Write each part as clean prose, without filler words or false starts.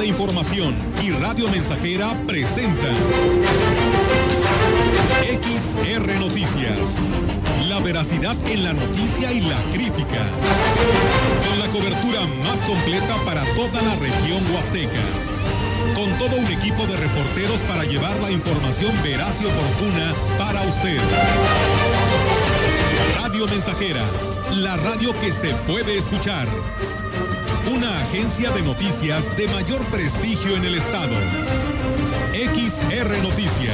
Información y Radio Mensajera presentan XR Noticias. La veracidad en la noticia y la crítica. Con la cobertura más completa para toda la región huasteca. Con todo un equipo de reporteros para llevar la información veraz y oportuna para usted. Radio Mensajera, la radio que se puede escuchar. Una agencia de noticias de mayor prestigio en el estado. XR Noticias.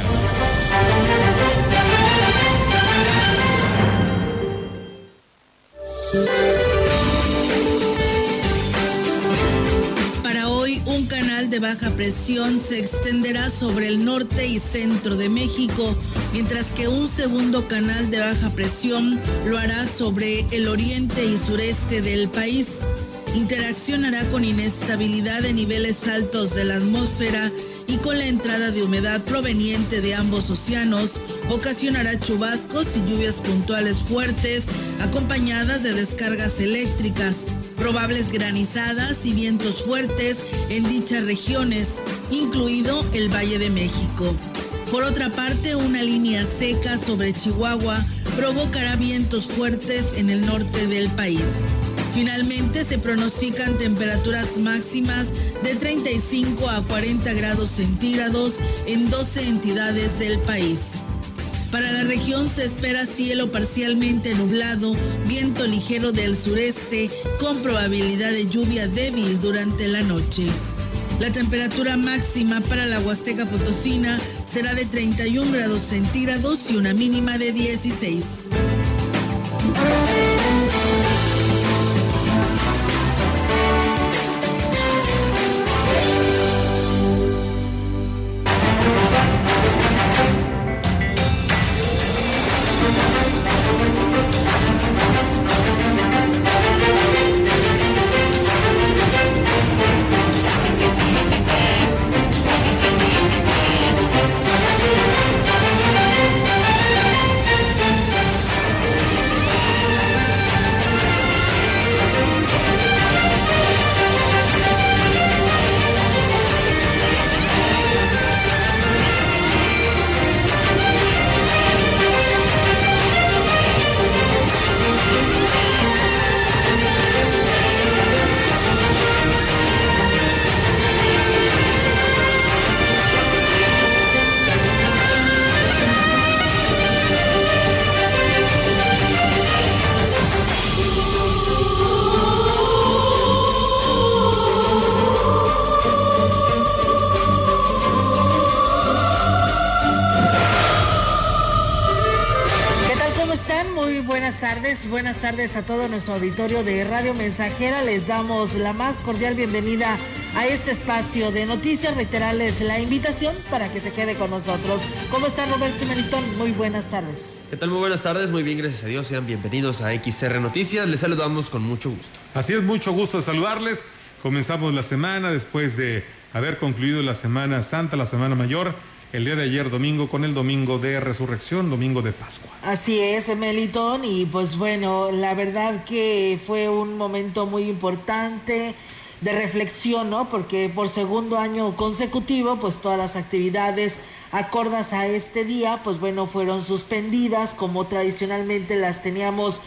Para hoy, un canal de baja presión se extenderá sobre el norte y centro de México, mientras que un segundo canal de baja presión lo hará sobre el oriente y sureste del país. Interaccionará con inestabilidad de niveles altos de la atmósfera y con la entrada de humedad proveniente de ambos océanos, ocasionará chubascos y lluvias puntuales fuertes, acompañadas de descargas eléctricas, probables granizadas y vientos fuertes en dichas regiones, incluido el Valle de México. Por otra parte, una línea seca sobre Chihuahua provocará vientos fuertes en el norte del país. Finalmente, se pronostican temperaturas máximas de 35 a 40 grados centígrados en 12 entidades del país. Para la región se espera cielo parcialmente nublado, viento ligero del sureste con probabilidad de lluvia débil durante la noche. La temperatura máxima para la Huasteca Potosina será de 31 grados centígrados y una mínima de 16. Buenas tardes a todo nuestro auditorio de Radio Mensajera. Les damos la más cordial bienvenida a este espacio de noticias. Reiterarles la invitación para que se quede con nosotros. ¿Cómo está Roberto Melitón? Muy buenas tardes. ¿Qué tal? Muy buenas tardes, muy bien, gracias a Dios. Sean bienvenidos a XR Noticias. Les saludamos con mucho gusto. Así es, mucho gusto saludarles. Comenzamos la semana después de haber concluido la Semana Santa, la Semana Mayor. El día de ayer domingo con el domingo de Resurrección, domingo de Pascua. Así es, Melitón, y pues bueno, la verdad que fue un momento muy importante de reflexión, ¿no? Porque por segundo año consecutivo, pues todas las actividades acordas a este día, pues bueno, fueron suspendidas como tradicionalmente las teníamos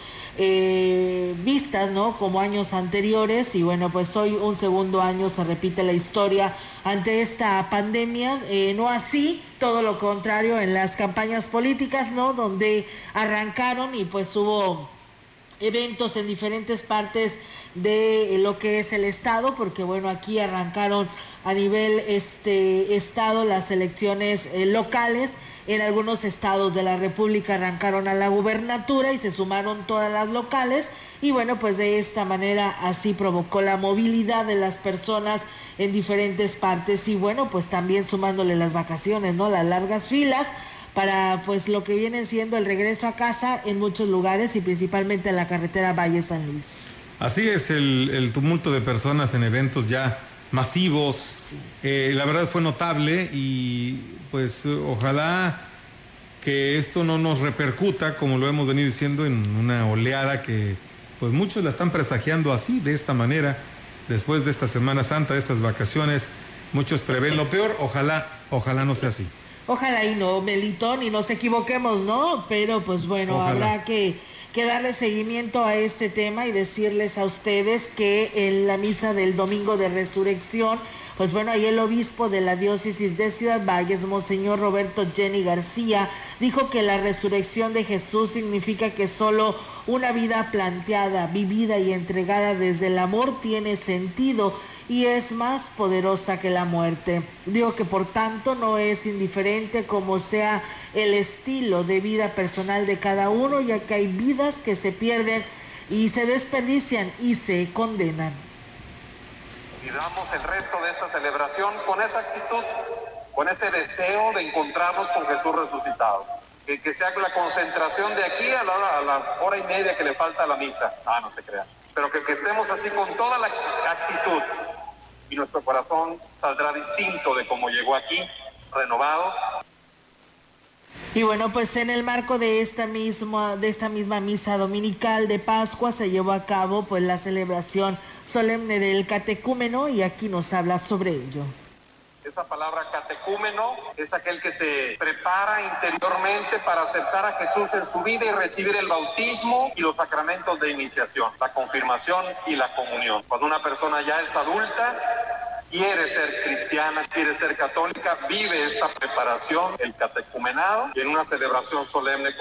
vistas, ¿no? Como años anteriores, y bueno, pues hoy un segundo año se repite la historia ante esta pandemia, no así, todo lo contrario en las campañas políticas, ¿no? Donde arrancaron y pues hubo eventos en diferentes partes de lo que es el estado, porque bueno, aquí arrancaron a nivel estado las elecciones locales. En algunos estados de la República arrancaron a la gubernatura y se sumaron todas las locales, y bueno, pues de esta manera así provocó la movilidad de las personas en diferentes partes, y bueno, pues también sumándole las vacaciones, ¿no? Las largas filas para pues lo que viene siendo el regreso a casa en muchos lugares y principalmente en la carretera Valle San Luis. Así es, el tumulto de personas en eventos ya masivos, sí. La verdad fue notable, y pues ojalá que esto no nos repercuta, como lo hemos venido diciendo, en una oleada que pues muchos la están presagiando así, de esta manera, después de esta Semana Santa, de estas vacaciones, muchos prevén lo peor, ojalá no sea así. Ojalá y no, Melitón, y nos equivoquemos, ¿no? Pero pues bueno, ojalá. Habrá que darle seguimiento a este tema y decirles a ustedes que en la misa del Domingo de Resurrección, pues bueno, ahí el obispo de la diócesis de Ciudad Valles, Monseñor Roberto Jenny García, dijo que la resurrección de Jesús significa que solo una vida planteada, vivida y entregada desde el amor tiene sentido y es más poderosa que la muerte. Digo que por tanto no es indiferente como sea el estilo de vida personal de cada uno, ya que hay vidas que se pierden y se desperdician y se condenan. Y damos el resto de esta celebración con esa actitud, con ese deseo de encontrarnos con Jesús resucitado. Que sea la concentración de aquí a la hora y media que le falta a la misa. No te creas. Pero que estemos así con toda la actitud. Y nuestro corazón saldrá distinto de cómo llegó aquí, renovado. Y bueno, pues en el marco de esta misma misa dominical de Pascua se llevó a cabo pues la celebración solemne del catecúmeno y aquí nos habla sobre ello. Esa palabra catecúmeno es aquel que se prepara interiormente para aceptar a Jesús en su vida y recibir el bautismo y los sacramentos de iniciación, la confirmación y la comunión. Cuando una persona ya es adulta, quiere ser cristiana, quiere ser católica, vive esta preparación, el catecumenado, y en una celebración solemne.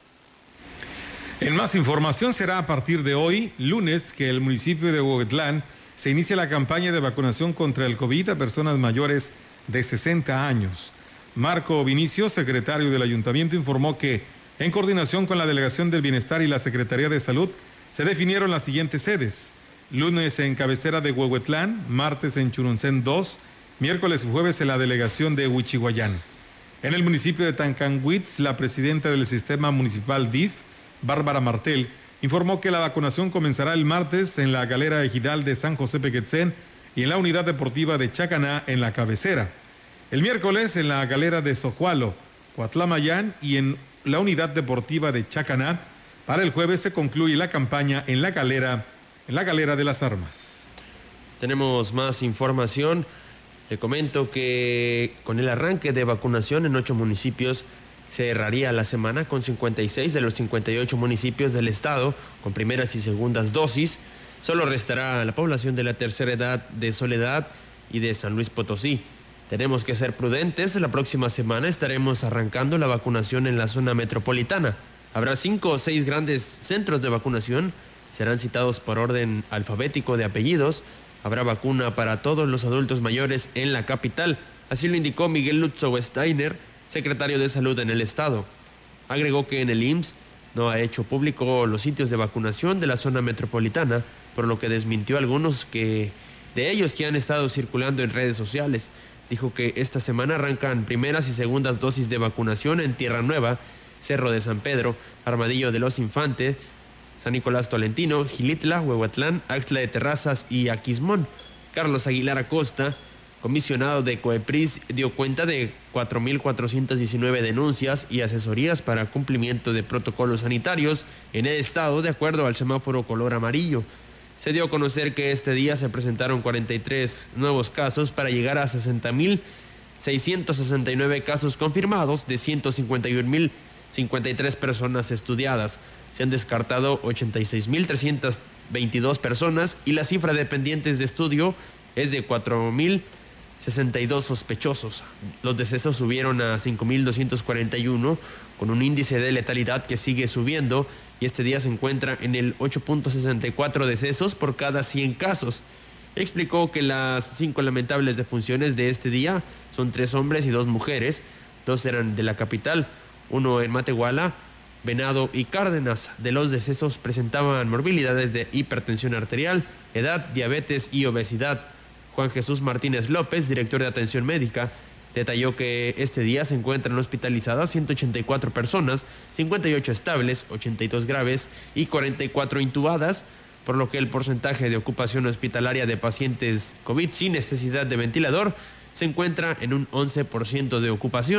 En más información, será a partir de hoy, lunes, que el municipio de Huehuetlán se inicia la campaña de vacunación contra el COVID a personas mayores de 60 años. Marco Vinicio, secretario del ayuntamiento, informó que, en coordinación con la Delegación del Bienestar y la Secretaría de Salud, se definieron las siguientes sedes: lunes en cabecera de Huehuetlán, martes en Churuncén 2, miércoles y jueves en la delegación de Huichihuayán. En el municipio de Tancanwitz, la presidenta del sistema municipal DIF, Bárbara Martel, informó que la vacunación comenzará el martes en la galera ejidal de San José Pequetzén y en la unidad deportiva de Chacaná en la cabecera. El miércoles en la galera de Sojualo, Coatlamayán y en la unidad deportiva de Chacaná. Para el jueves se concluye la campaña en la galera de las armas. Tenemos más información. Le comento que con el arranque de vacunación en 8 municipios se cerraría la semana con 56 de los 58 municipios del estado con primeras y segundas dosis. Solo restará la población de la tercera edad de Soledad y de San Luis Potosí. Tenemos que ser prudentes. La próxima semana estaremos arrancando la vacunación en la zona metropolitana. Habrá 5 o 6 grandes centros de vacunación. Serán citados por orden alfabético de apellidos. Habrá vacuna para todos los adultos mayores en la capital. Así lo indicó Miguel Lutzow Steiner, secretario de Salud en el estado. Agregó que en el IMSS no ha hecho público los sitios de vacunación de la zona metropolitana, por lo que desmintió algunos de ellos que han estado circulando en redes sociales. Dijo que esta semana arrancan primeras y segundas dosis de vacunación en Tierra Nueva, Cerro de San Pedro, Armadillo de los Infantes, San Nicolás Tolentino, Gilitla, Huehuetlán, Axtla de Terrazas y Aquismón. Carlos Aguilar Acosta, comisionado de COEPRIS, dio cuenta de 4.419 denuncias y asesorías para cumplimiento de protocolos sanitarios en el estado de acuerdo al semáforo color amarillo. Se dio a conocer que este día se presentaron 43 nuevos casos para llegar a 60.669 casos confirmados de 151.053 personas estudiadas. Se han descartado 86.322 personas y la cifra de pendientes de estudio es de 4.062 sospechosos. Los decesos subieron a 5.241 con un índice de letalidad que sigue subiendo y este día se encuentra en el 8.64 decesos por cada 100 casos. Explicó que las 5 lamentables defunciones de este día son 3 hombres y 2 mujeres. 2 eran de la capital, 1 en Matehuala, Venado y Cárdenas. De los decesos presentaban morbilidades de hipertensión arterial, edad, diabetes y obesidad. Juan Jesús Martínez López, director de atención médica, detalló que este día se encuentran hospitalizadas 184 personas, 58 estables, 82 graves y 44 intubadas, por lo que el porcentaje de ocupación hospitalaria de pacientes COVID sin necesidad de ventilador se encuentra en un 11% de ocupación,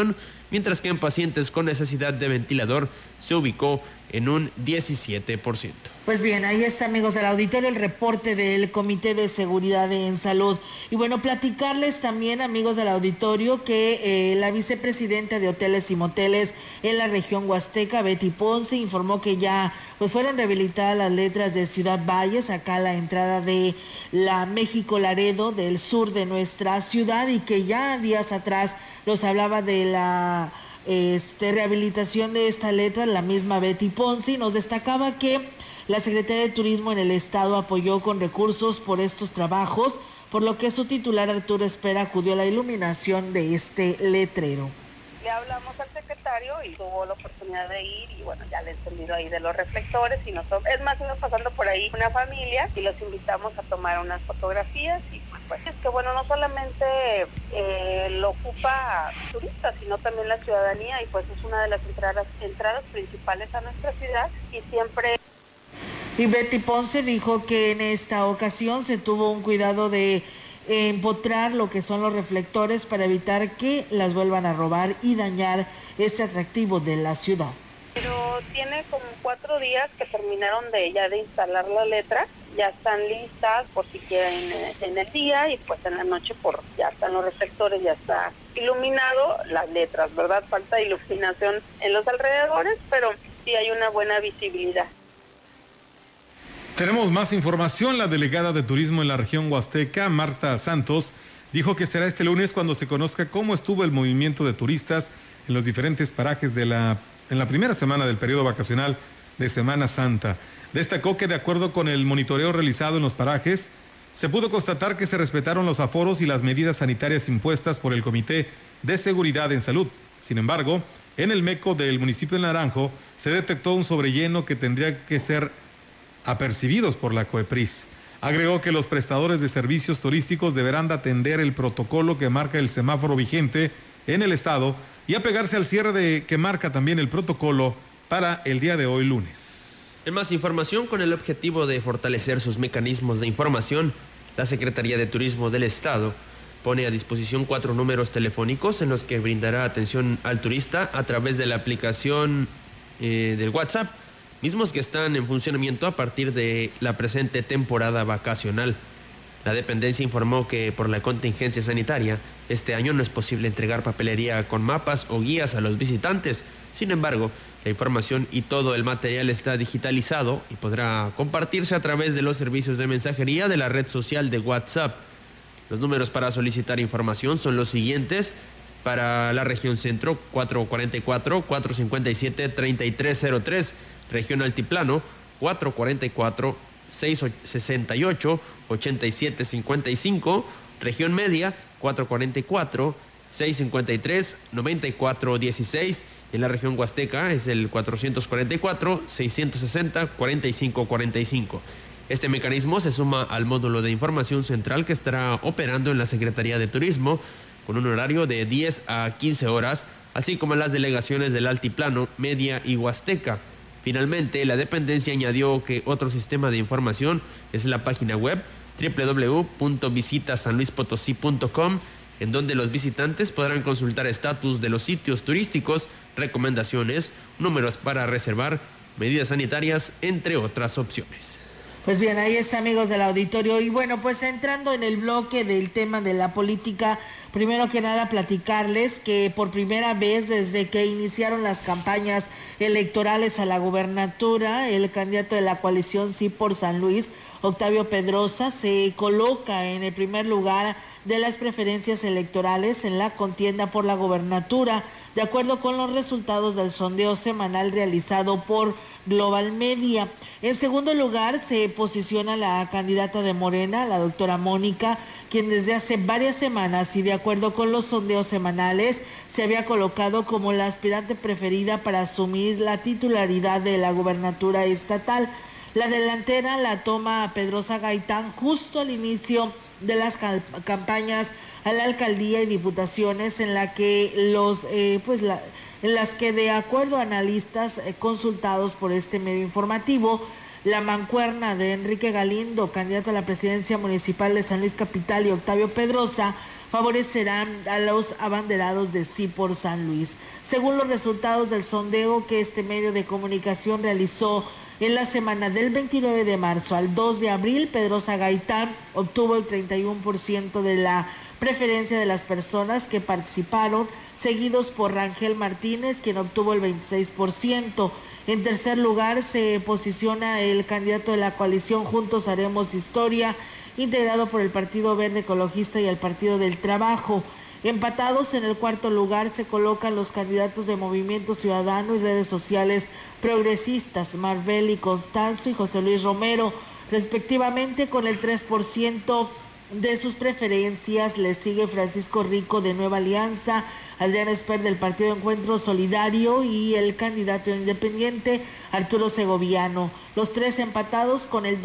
mientras que en pacientes con necesidad de ventilador se ubicó en un 17%. Pues bien, ahí está, amigos del auditorio, el reporte del Comité de Seguridad en Salud. Y bueno, platicarles también, amigos del auditorio, que la vicepresidenta de Hoteles y Moteles en la región Huasteca, Betty Ponce, informó que ya pues fueron rehabilitadas las letras de Ciudad Valles, acá a la entrada de la México Laredo, del sur de nuestra ciudad, y que ya días atrás nos hablaba de la rehabilitación de esta letra, la misma Betty Ponce, y nos destacaba que la Secretaría de Turismo en el Estado apoyó con recursos por estos trabajos, por lo que su titular Arturo Espera acudió a la iluminación de este letrero. Le hablamos al secretario y tuvo la oportunidad de ir y bueno, ya le he entendido ahí de los reflectores y nosotros, es más, iba pasando por ahí una familia y los invitamos a tomar unas fotografías y pues es que bueno, no solamente lo ocupa turistas, sino también la ciudadanía y pues es una de las entradas principales a nuestra ciudad y siempre... Y Betty Ponce dijo que en esta ocasión se tuvo un cuidado de empotrar lo que son los reflectores para evitar que las vuelvan a robar y dañar este atractivo de la ciudad. Pero tiene como 4 días que terminaron de instalar la letra, ya están listas por si quieren en el día y pues en la noche ya están los reflectores, ya está iluminado las letras, ¿verdad? Falta iluminación en los alrededores, pero sí hay una buena visibilidad. Tenemos más información. La delegada de turismo en la región Huasteca, Marta Santos, dijo que será este lunes cuando se conozca cómo estuvo el movimiento de turistas en los diferentes parajes en la primera semana del periodo vacacional de Semana Santa. Destacó que de acuerdo con el monitoreo realizado en los parajes, se pudo constatar que se respetaron los aforos y las medidas sanitarias impuestas por el Comité de Seguridad en Salud. Sin embargo, en el MECO del municipio de Naranjo se detectó un sobrelleno que tendría que ser apercibidos por la COEPRIS. Agregó que los prestadores de servicios turísticos deberán de atender el protocolo que marca el semáforo vigente en el estado y apegarse al cierre que marca también el protocolo para el día de hoy lunes. En más información, con el objetivo de fortalecer sus mecanismos de información, la Secretaría de Turismo del Estado pone a disposición 4 números telefónicos en los que brindará atención al turista a través de la aplicación del WhatsApp, mismos que están en funcionamiento a partir de la presente temporada vacacional. La dependencia informó que por la contingencia sanitaria, este año no es posible entregar papelería con mapas o guías a los visitantes. Sin embargo, la información y todo el material está digitalizado y podrá compartirse a través de los servicios de mensajería de la red social de WhatsApp. Los números para solicitar información son los siguientes: para la región centro, 444-457-3303, región altiplano, 444-668-8755, región media, 444-653-9416, en la región huasteca es el 444-660-4545. Este mecanismo se suma al módulo de información central que estará operando en la Secretaría de Turismo con un horario de 10 a 15 horas, así como en las delegaciones del altiplano, media y huasteca. Finalmente, la dependencia añadió que otro sistema de información es la página web www.visitasanluispotosí.com, en donde los visitantes podrán consultar estatus de los sitios turísticos, recomendaciones, números para reservar, medidas sanitarias, entre otras opciones. Pues bien, ahí está, amigos del auditorio. Y bueno, pues entrando en el bloque del tema de la política, primero que nada platicarles que por primera vez desde que iniciaron las campañas electorales a la gubernatura, el candidato de la coalición Sí por San Luis, Octavio Pedrosa, se coloca en el primer lugar de las preferencias electorales en la contienda por la gubernatura, de acuerdo con los resultados del sondeo semanal realizado por Global Media. En segundo lugar se posiciona la candidata de Morena, la doctora Mónica, quien desde hace varias semanas y de acuerdo con los sondeos semanales se había colocado como la aspirante preferida para asumir la titularidad de la gubernatura estatal. La delantera la toma Pedrosa Gaitán justo al inicio de las campañas a la alcaldía y diputaciones, en la que en las que de acuerdo a analistas consultados por este medio informativo, la mancuerna de Enrique Galindo, candidato a la presidencia municipal de San Luis Capital, y Octavio Pedrosa favorecerán a los abanderados de Sí por San Luis. Según los resultados del sondeo que este medio de comunicación realizó en la semana del 29 de marzo al 2 de abril, Pedrosa Gaitán obtuvo el 31% de la preferencia de las personas que participaron, seguidos por Rangel Martínez, quien obtuvo el 26%. En tercer lugar se posiciona el candidato de la coalición Juntos Haremos Historia, integrado por el Partido Verde Ecologista y el Partido del Trabajo. Empatados en el cuarto lugar se colocan los candidatos de Movimiento Ciudadano y redes sociales progresistas, Marbeli Constanzo y José Luis Romero, respectivamente, con el 3% de sus preferencias. Le sigue Francisco Rico de Nueva Alianza, Adrián Esper del Partido Encuentro Solidario y el candidato independiente Arturo Segoviano, los tres empatados con el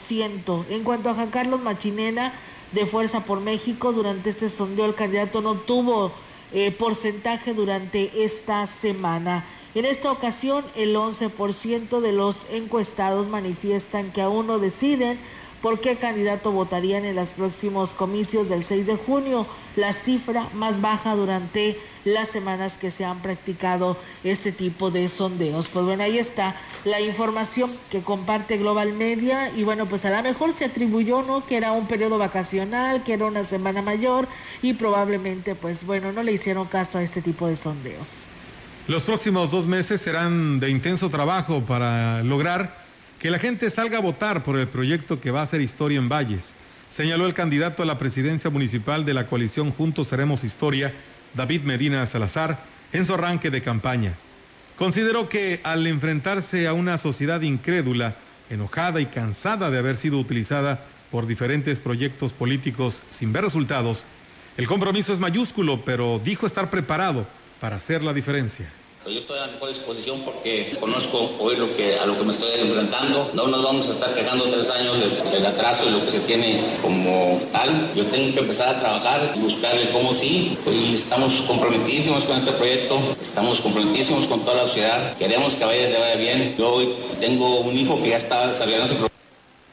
2%. En cuanto a Juan Carlos Machinena de Fuerza por México, durante este sondeo el candidato no obtuvo porcentaje durante esta semana. En esta ocasión el 11% de los encuestados manifiestan que aún no deciden por qué candidato votarían en los próximos comicios del 6 de junio, la cifra más baja durante las semanas que se han practicado este tipo de sondeos. Pues bueno, ahí está la información que comparte Global Media y bueno, pues a lo mejor se atribuyó, ¿no?, que era un periodo vacacional, que era una semana mayor y probablemente, pues bueno, no le hicieron caso a este tipo de sondeos. Los próximos 2 meses serán de intenso trabajo para lograr que la gente salga a votar por el proyecto que va a hacer historia en Valles, señaló el candidato a la presidencia municipal de la coalición Juntos Haremos Historia, David Medina Salazar, en su arranque de campaña. Consideró que al enfrentarse a una sociedad incrédula, enojada y cansada de haber sido utilizada por diferentes proyectos políticos sin ver resultados, el compromiso es mayúsculo, pero dijo estar preparado para hacer la diferencia. Yo estoy a la mejor disposición porque conozco hoy a lo que me estoy enfrentando. No nos vamos a estar quejando 3 años del atraso y lo que se tiene como tal. Yo tengo que empezar a trabajar y buscar el cómo sí. Hoy estamos comprometidísimos con este proyecto, estamos comprometidísimos con toda la sociedad. Queremos que a Valles le vaya bien. Yo hoy tengo un info que ya está desarrollando su proyecto.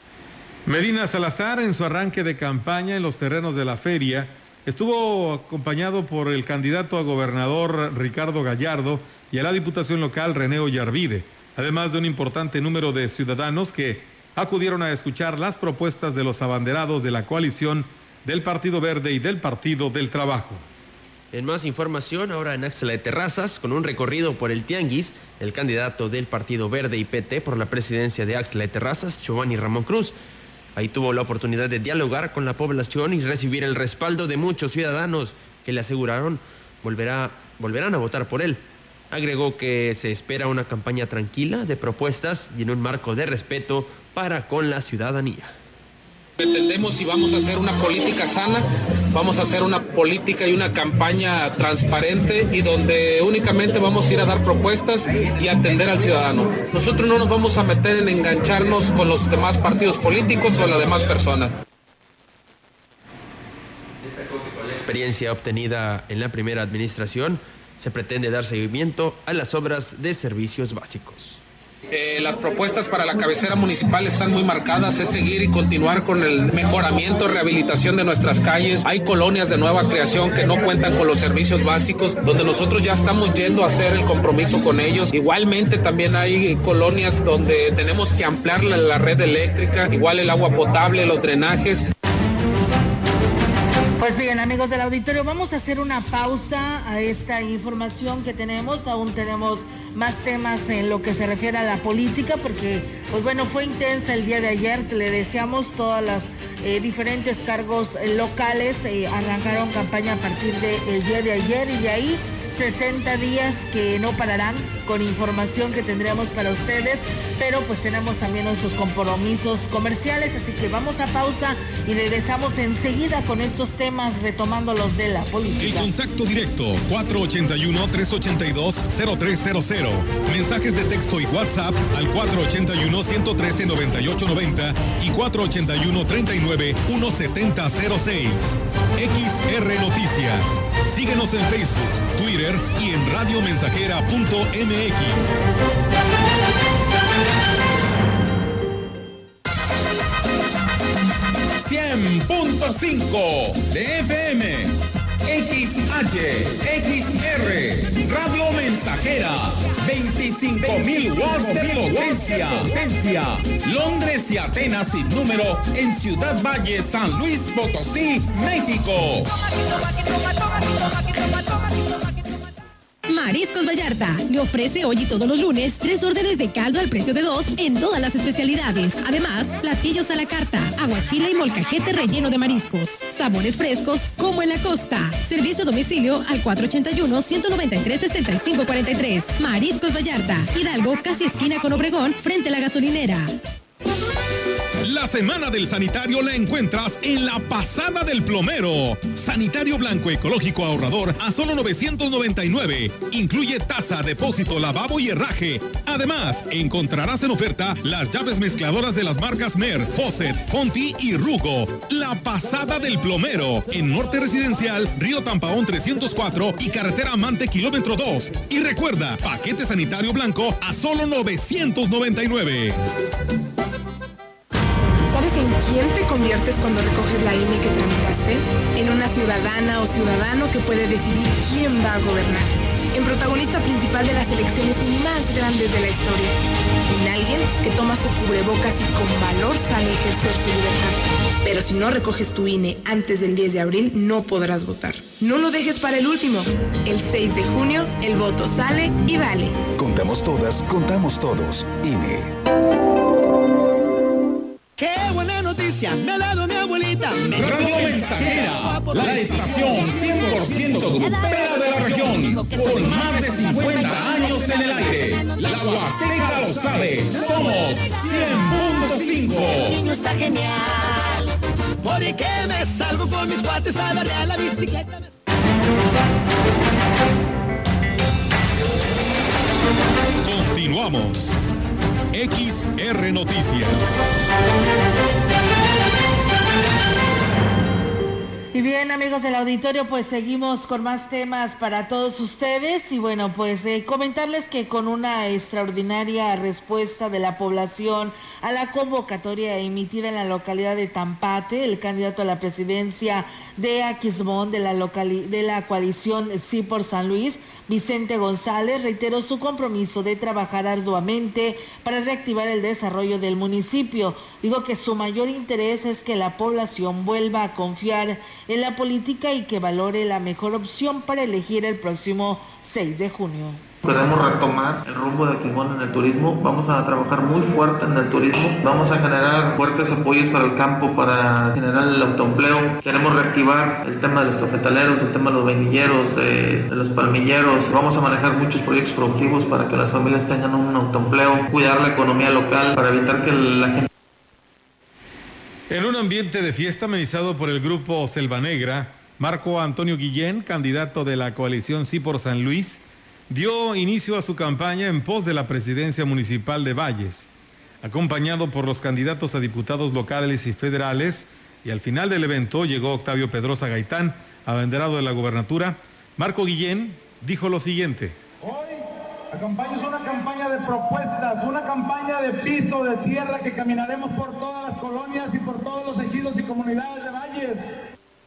Medina Salazar, en su arranque de campaña en los terrenos de la feria, estuvo acompañado por el candidato a gobernador Ricardo Gallardo y a la Diputación Local René Ollarvide, además de un importante número de ciudadanos que acudieron a escuchar las propuestas de los abanderados de la coalición del Partido Verde y del Partido del Trabajo. En más información, ahora en Axtla de Terrazas, con un recorrido por el Tianguis, el candidato del Partido Verde y PT por la presidencia de Axtla de Terrazas, Giovanni Ramón Cruz, ahí tuvo la oportunidad de dialogar con la población y recibir el respaldo de muchos ciudadanos que le aseguraron volverán a votar por él. Agregó que se espera una campaña tranquila de propuestas y en un marco de respeto para con la ciudadanía. Pretendemos y vamos a hacer una política sana, vamos a hacer una política y una campaña transparente y donde únicamente vamos a ir a dar propuestas y atender al ciudadano. Nosotros no nos vamos a meter en engancharnos con los demás partidos políticos o las demás personas. Destacó que con la experiencia obtenida en la primera administración se pretende dar seguimiento a las obras de servicios básicos. Las propuestas para la cabecera municipal están muy marcadas, es seguir y continuar con el mejoramiento, rehabilitación de nuestras calles. Hay colonias de nueva creación que no cuentan con los servicios básicos, donde nosotros ya estamos yendo a hacer el compromiso con ellos. Igualmente también hay colonias donde tenemos que ampliar la red eléctrica, igual el agua potable, los drenajes. Pues bien, amigos del auditorio, vamos a hacer una pausa a esta información que tenemos. Aún tenemos más temas en lo que se refiere a la política, porque, pues bueno, fue intensa el día de ayer. Le deseamos todas las diferentes cargos locales. Arrancaron campaña a partir del día de ayer y de ahí 60 días que no pararán con información que tendremos para ustedes, pero pues tenemos también nuestros compromisos comerciales, así que vamos a pausa y regresamos enseguida con estos temas, retomando los de la política. El contacto directo 481-382-0300. Mensajes de texto y WhatsApp al 481-113-9890 y 481-39-1706. XR Noticias. Síguenos en Facebook, Twitter y en radiomensajera.mx. 100.5 de FM XH, XR, Radio Mensajera, 25.000 watts de potencia. Londres y Atenas sin número en Ciudad Valle, San Luis Potosí, México. Mariscos Vallarta le ofrece hoy y todos los lunes 3 órdenes de caldo al precio de 2 en todas las especialidades. Además, platillos a la carta, aguachile y molcajete relleno de mariscos. Sabores frescos como en la costa. Servicio a domicilio al 481-193-6543. Mariscos Vallarta, Hidalgo, casi esquina con Obregón, frente a la gasolinera. La Semana del Sanitario la encuentras en la Pasada del Plomero. Sanitario blanco ecológico ahorrador a solo $999. Incluye taza, depósito, lavabo y herraje. Además, encontrarás en oferta las llaves mezcladoras de las marcas Mer, Fosset, Fonti y Rugo. La Pasada del Plomero, en Norte Residencial, Río Tampaón 304 y Carretera Amante kilómetro 2. Y recuerda, paquete sanitario blanco a solo $999. ¿Sabes en quién te conviertes cuando recoges la INE que tramitaste? En una ciudadana o ciudadano que puede decidir quién va a gobernar. En protagonista principal de las elecciones más grandes de la historia. En alguien que toma su cubrebocas y con valor sale a ejercer su libertad. Pero si no recoges tu INE antes del 10 de abril, no podrás votar. No lo dejes para el último. El 6 de junio, el voto sale y vale. Contamos todas, contamos todos. INE. ¡Qué buena noticia! Me ha dado mi abuelita. Radio Mensajera, la estación 100% grupera de la región, con más de 50 años en el aire. La Huasteca lo sabe, somos 100.5. El niño está genial, porque me salgo con mis cuates a darle a la bicicleta. Continuamos. XR Noticias. Y bien, amigos del auditorio, pues seguimos con más temas para todos ustedes y bueno, pues comentarles que con una extraordinaria respuesta de la población a la convocatoria emitida en la localidad de Tampate, el candidato a la presidencia de Aquismón de la coalición Sí por San Luis, Vicente González, reiteró su compromiso de trabajar arduamente para reactivar el desarrollo del municipio. Digo que su mayor interés es que la población vuelva a confiar en la política y que valore la mejor opción para elegir el próximo 6 de junio. Queremos retomar el rumbo de Aquismón en el turismo, vamos a trabajar muy fuerte en el turismo, vamos a generar fuertes apoyos para el campo, para generar el autoempleo, queremos reactivar el tema de los cafetaleros, el tema de los vainilleros, de los palmilleros, vamos a manejar muchos proyectos productivos para que las familias tengan un autoempleo, cuidar la economía local para evitar que la gente... En un ambiente de fiesta amenizado por el grupo Selva Negra, Marco Antonio Guillén, candidato de la coalición Sí por San Luis, dio inicio a su campaña en pos de la presidencia municipal de Valles, acompañado por los candidatos a diputados locales y federales, y al final del evento llegó Octavio Pedrosa Gaitán, abanderado de la gubernatura. Marco Guillén dijo lo siguiente. Hoy la campaña es una campaña de propuestas, una campaña de piso, de tierra, que caminaremos por todas las colonias y por todos los ejidos y comunidades de Valles.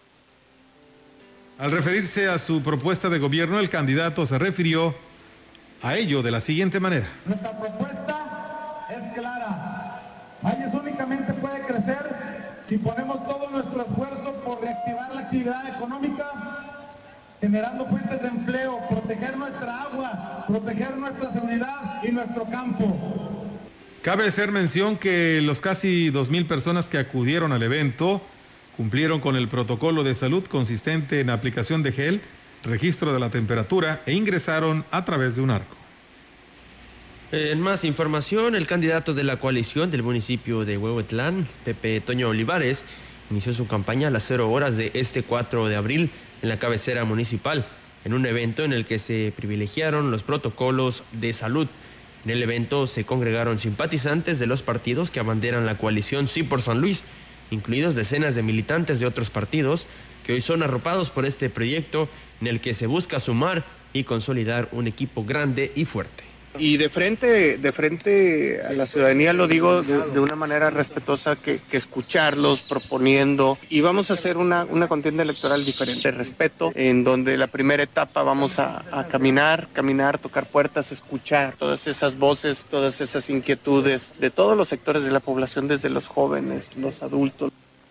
Al referirse a su propuesta de gobierno, el candidato se refirió a ello de la siguiente manera. Nuestra propuesta es clara. Valles únicamente puede crecer si ponemos todo nuestro esfuerzo por reactivar la actividad económica, generando fuentes de empleo, proteger nuestra agua, proteger nuestra seguridad y nuestro campo. Cabe hacer mención que los casi 2,000 personas que acudieron al evento cumplieron con el protocolo de salud consistente en aplicación de gel, registro de la temperatura e ingresaron a través de un arco. En más información, el candidato de la coalición del municipio de Huehuetlán, Pepe Toño Olivares, inició su campaña a las 0 horas de este 4 de abril en la cabecera municipal, en un evento en el que se privilegiaron los protocolos de salud. En el evento se congregaron simpatizantes de los partidos que abanderan la coalición Sí por San Luis, incluidos decenas de militantes de otros partidos que hoy son arropados por este proyecto en el que se busca sumar y consolidar un equipo grande y fuerte. Y de frente a la ciudadanía lo digo de una manera respetuosa, que escucharlos, proponiendo, y vamos a hacer una contienda electoral diferente, respeto, en donde la primera etapa vamos a caminar, tocar puertas, escuchar todas esas voces, todas esas inquietudes de todos los sectores de la población, desde los jóvenes, los adultos.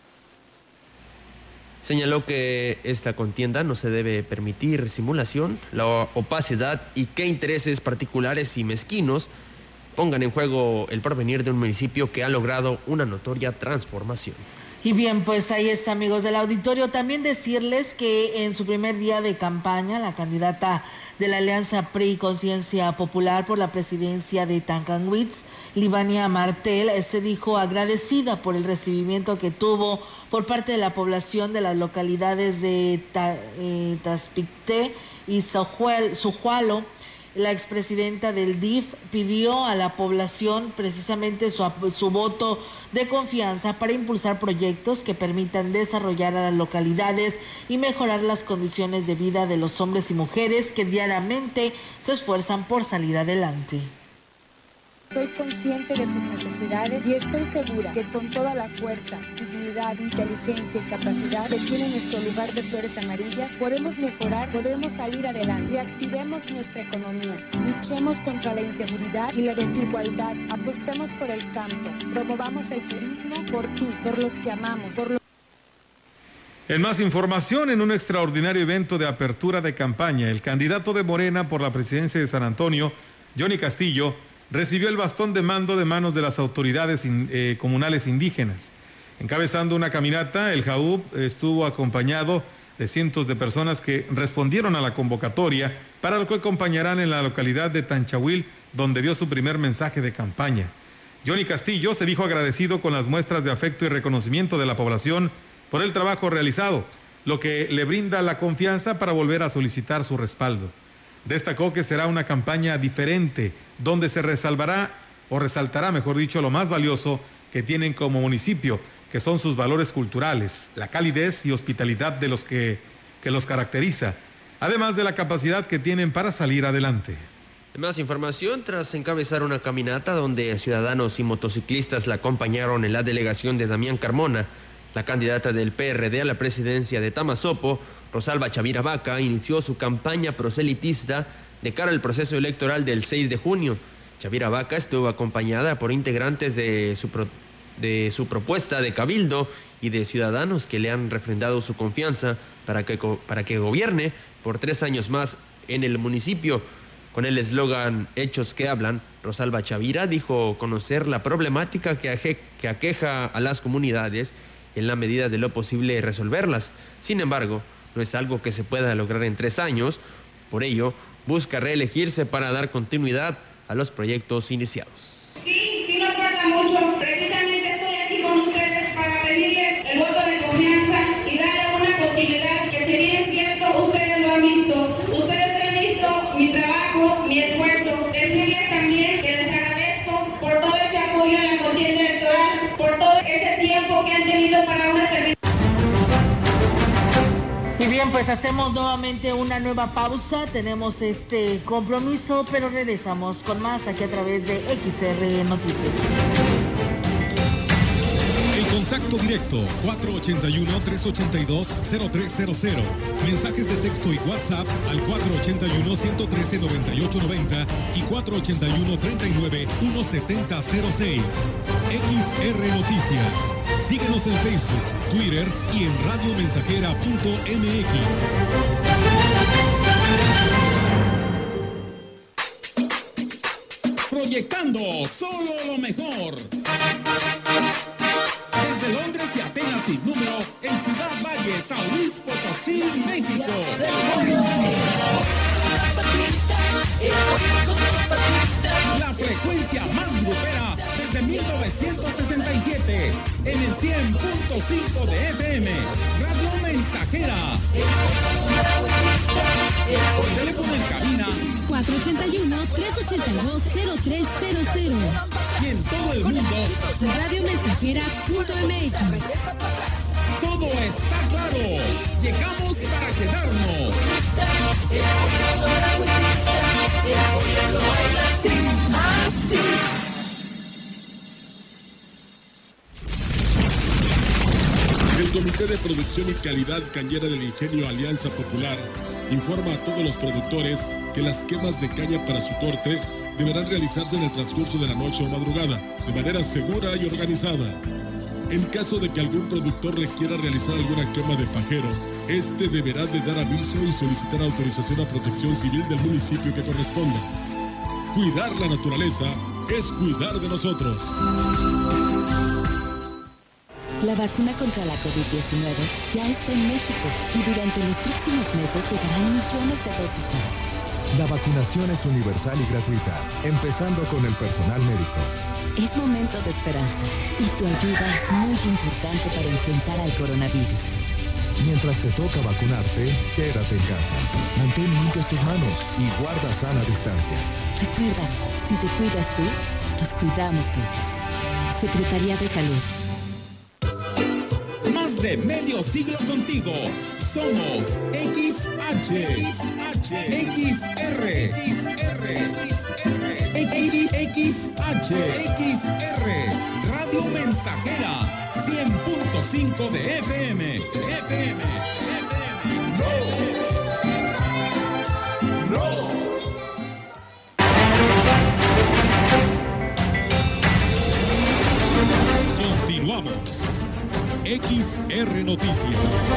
Señaló que esta contienda no se debe permitir simulación, la opacidad y que intereses particulares y mezquinos pongan en juego el porvenir de un municipio que ha logrado una notoria transformación. Y bien, pues ahí está, amigos del auditorio. También decirles que en su primer día de campaña, la candidata de la Alianza PRI Conciencia Popular por la presidencia de Tancanwitz, Livania Martel, se dijo agradecida por el recibimiento que tuvo por parte de la población de las localidades de Taspicté y Sujualo. La expresidenta del DIF pidió a la población precisamente su voto de confianza para impulsar proyectos que permitan desarrollar a las localidades y mejorar las condiciones de vida de los hombres y mujeres que diariamente se esfuerzan por salir adelante. Soy consciente de sus necesidades y estoy segura que con toda la fuerza, dignidad, inteligencia y capacidad que tiene nuestro lugar de flores amarillas, podemos mejorar, podremos salir adelante. Reactivemos nuestra economía, luchemos contra la inseguridad y la desigualdad, apostemos por el campo, promovamos el turismo por ti, por los que amamos, por los... En más información, en un extraordinario evento de apertura de campaña, el candidato de Morena por la presidencia de San Antonio, Johnny Castillo, recibió el bastón de mando de manos de las autoridades comunales indígenas. Encabezando una caminata, el JAUB estuvo acompañado de cientos de personas que respondieron a la convocatoria, para lo que acompañarán en la localidad de Tanchahuil, donde dio su primer mensaje de campaña. Johnny Castillo se dijo agradecido con las muestras de afecto y reconocimiento de la población por el trabajo realizado, lo que le brinda la confianza para volver a solicitar su respaldo. Destacó que será una campaña diferente, donde se resaltará, mejor dicho, lo más valioso que tienen como municipio, que son sus valores culturales, la calidez y hospitalidad de los que los caracteriza, además de la capacidad que tienen para salir adelante. Más información, tras encabezar una caminata donde ciudadanos y motociclistas la acompañaron en la delegación de Damián Carmona, la candidata del PRD a la presidencia de Tamazopo, Rosalba Chavira Vaca, inició su campaña proselitista de cara al proceso electoral del 6 de junio. Chavira Vaca estuvo acompañada por integrantes de su propuesta de Cabildo y de ciudadanos que le han refrendado su confianza para que gobierne por 3 años más en el municipio. Con el eslogan Hechos que hablan, Rosalba Chavira dijo conocer la problemática que aqueja a las comunidades y en la medida de lo posible resolverlas. Sin embargo, no es algo que se pueda lograr en 3 años, por ello busca reelegirse para dar continuidad a los proyectos iniciados. Sí nos falta mucho. Precisamente estoy aquí con ustedes para pedirles el voto de confianza y darle una continuidad que, si bien es cierto, ustedes lo han visto mi trabajo, mi esfuerzo. Decirles también que les agradezco por todo ese apoyo en la contienda electoral, por todo ese tiempo que han tenido para una servicio. Y bien, pues hacemos nuevamente una nueva pausa, tenemos este compromiso, pero regresamos con más aquí a través de XR Noticias. El contacto directo 481-382-0300. Mensajes de texto y WhatsApp al 481-113-9890 y 481-39-1706. XR Noticias. Síguenos en Facebook, Twitter y en radiomensajera.mx. Proyectando solo lo mejor. Desde Londres y Atenas sin número, en Ciudad Valle, San Luis Potosí, México. La frecuencia más grupera desde 1967, en el 100.5 de FM, Radio Mensajera. Teléfono en cabina 481-382-0300. Y en todo el mundo, radiomensajera.mx. Todo está claro. Llegamos para quedarnos. el gobierno baila así, así. El Comité de Producción y Calidad Cañera del Ingenio Alianza Popular informa a todos los productores que las quemas de caña para su corte deberán realizarse en el transcurso de la noche o madrugada, de manera segura y organizada. En caso de que algún productor requiera realizar alguna quema de pajero, este deberá de dar aviso y solicitar autorización a Protección Civil del municipio que corresponda. Cuidar la naturaleza es cuidar de nosotros. La vacuna contra la COVID-19 ya está en México y durante los próximos meses llegarán millones de dosis más. La vacunación es universal y gratuita, empezando con el personal médico. Es momento de esperanza y tu ayuda es muy importante para enfrentar al coronavirus. Mientras te toca vacunarte, quédate en casa. Mantén limpias tus manos y guarda sana distancia. Recuerda, si te cuidas tú, nos cuidamos todos. Secretaría de Salud. Más de medio siglo contigo. Somos XH, XR, XR, Radio Mensajera, 100.5 de FM. Continuamos. XR Noticias.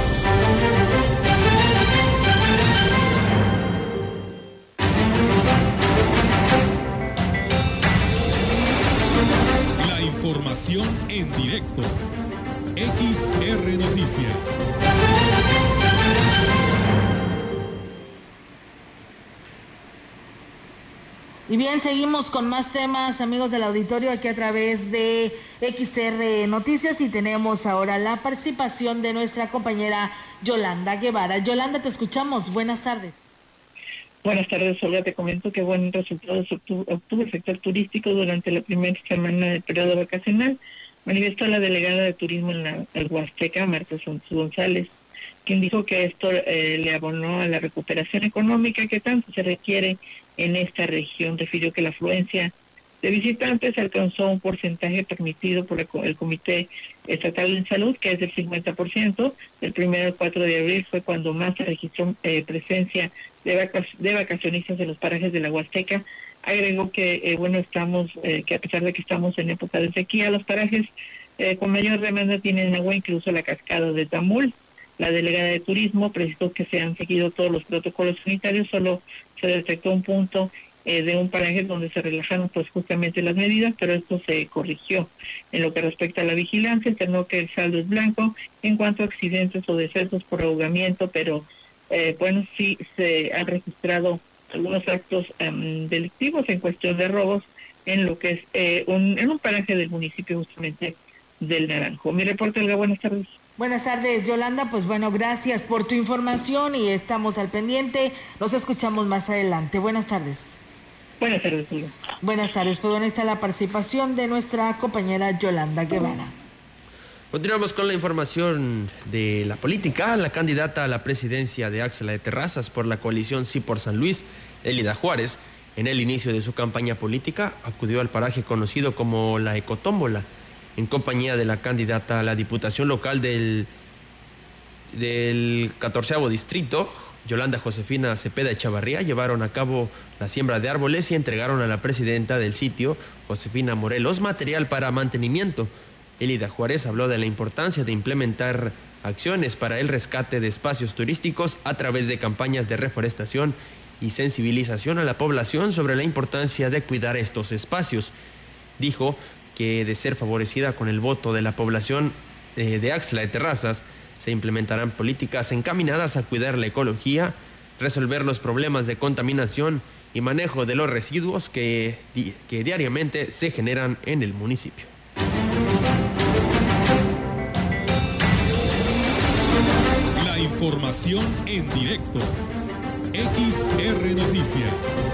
La información en directo. XR Noticias. Y bien, seguimos con más temas, amigos del auditorio, aquí a través de XR Noticias, y tenemos ahora la participación de nuestra compañera Yolanda Guevara. Yolanda, te escuchamos. Buenas tardes. Buenas tardes, Olga. Te comento que buenos resultados obtuvo el sector turístico durante la primera semana del periodo vacacional, manifestó la delegada de turismo en la Huasteca, Marta Santos González, quien dijo que esto le abonó a la recuperación económica que tanto se requiere en esta región. Refirió que la afluencia de visitantes alcanzó un porcentaje permitido por el Comité Estatal de Salud, que es del 50%. Del 1 al 4 de abril fue cuando más se registró presencia de vacacionistas de los parajes de la Huasteca. Agregó que, estamos, que a pesar de que estamos en época de sequía, los parajes con mayor demanda tienen agua, incluso la cascada de Tamul. La delegada de turismo precisó que se han seguido todos los protocolos sanitarios, solo se detectó un punto de un paraje donde se relajaron pues justamente las medidas, pero esto se corrigió. En lo que respecta a la vigilancia, externó que el saldo es blanco en cuanto a accidentes o decesos por ahogamiento, pero sí se han registrado algunos actos delictivos en cuestión de robos en lo que es en un paraje del municipio justamente del Naranjo. Mi reporte, Olga, buenas tardes. Buenas tardes, Yolanda. Pues bueno, gracias por tu información y estamos al pendiente. Nos escuchamos más adelante. Buenas tardes. Buenas tardes, Olga. Buenas tardes. Pues bueno, está la participación de nuestra compañera Yolanda Guevara. Continuamos con la información de la política. La candidata a la presidencia de Axla de Terrazas por la coalición Sí por San Luis, Elida Juárez, en el inicio de su campaña política, acudió al paraje conocido como la Ecotómbola, en compañía de la candidata a la diputación local del 14º distrito, Yolanda Josefina Cepeda Echavarría. Llevaron a cabo la siembra de árboles y entregaron a la presidenta del sitio, Josefina Morelos, material para mantenimiento. Elida Juárez habló de la importancia de implementar acciones para el rescate de espacios turísticos a través de campañas de reforestación y sensibilización a la población sobre la importancia de cuidar estos espacios. Dijo que de ser favorecida con el voto de la población de Axla de Terrazas, se implementarán políticas encaminadas a cuidar la ecología, resolver los problemas de contaminación y manejo de los residuos que diariamente se generan en el municipio. La información en directo. XR Noticias.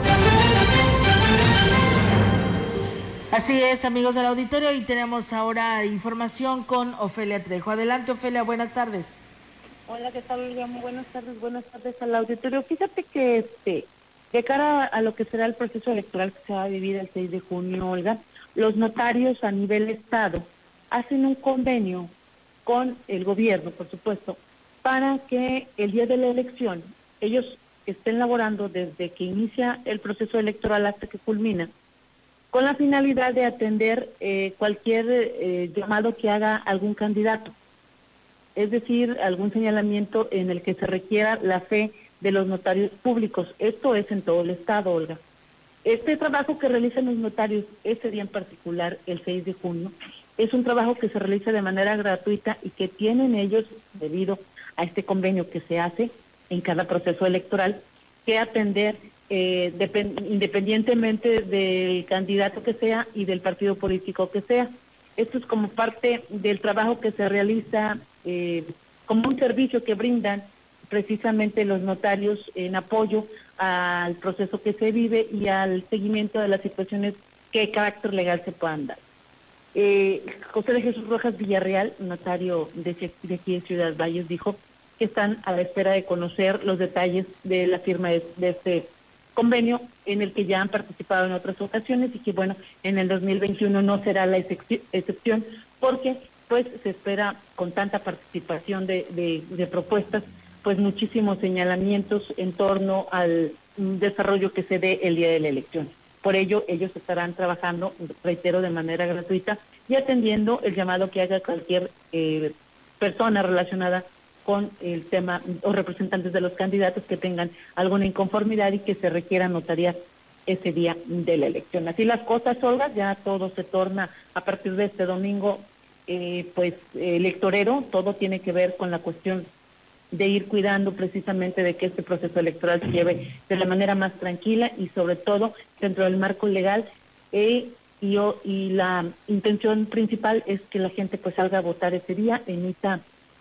Así es, amigos del auditorio, y tenemos ahora información con Ofelia Trejo. Adelante, Ofelia, buenas tardes. Hola, ¿qué tal, Olga? Muy buenas tardes al auditorio. Fíjate que De cara a lo que será el proceso electoral que se va a vivir el 6 de junio, Olga, los notarios a nivel Estado hacen un convenio con el gobierno, por supuesto, para que el día de la elección ellos estén laborando desde que inicia el proceso electoral hasta que culmina, con la finalidad de atender cualquier llamado que haga algún candidato, es decir, algún señalamiento en el que se requiera la fe de los notarios públicos. Esto es en todo el Estado, Olga. Este trabajo que realizan los notarios ese día en particular, el 6 de junio, es un trabajo que se realiza de manera gratuita y que tienen ellos, debido a este convenio que se hace en cada proceso electoral, que atender independientemente del candidato que sea y del partido político que sea. Esto es como parte del trabajo que se realiza, como un servicio que brindan precisamente los notarios en apoyo al proceso que se vive y al seguimiento de las situaciones que de carácter legal se puedan dar. José de Jesús Rojas Villarreal, notario de aquí de Ciudad Valles, dijo que están a la espera de conocer los detalles de la firma de este convenio, en el que ya han participado en otras ocasiones y que, bueno, en el 2021 no será la excepción, porque pues se espera, con tanta participación de propuestas, pues muchísimos señalamientos en torno al desarrollo que se dé el día de la elección. Por ello, ellos estarán trabajando, reitero, de manera gratuita y atendiendo el llamado que haga cualquier persona relacionada con el tema o representantes de los candidatos que tengan alguna inconformidad y que se requiera notariar ese día de la elección. Así las cosas, Olga, ya todo se torna a partir de este domingo electorero, todo tiene que ver con la cuestión de ir cuidando precisamente de que este proceso electoral se lleve de la manera más tranquila y sobre todo dentro del marco legal, y la intención principal es que la gente pues salga a votar ese día, emita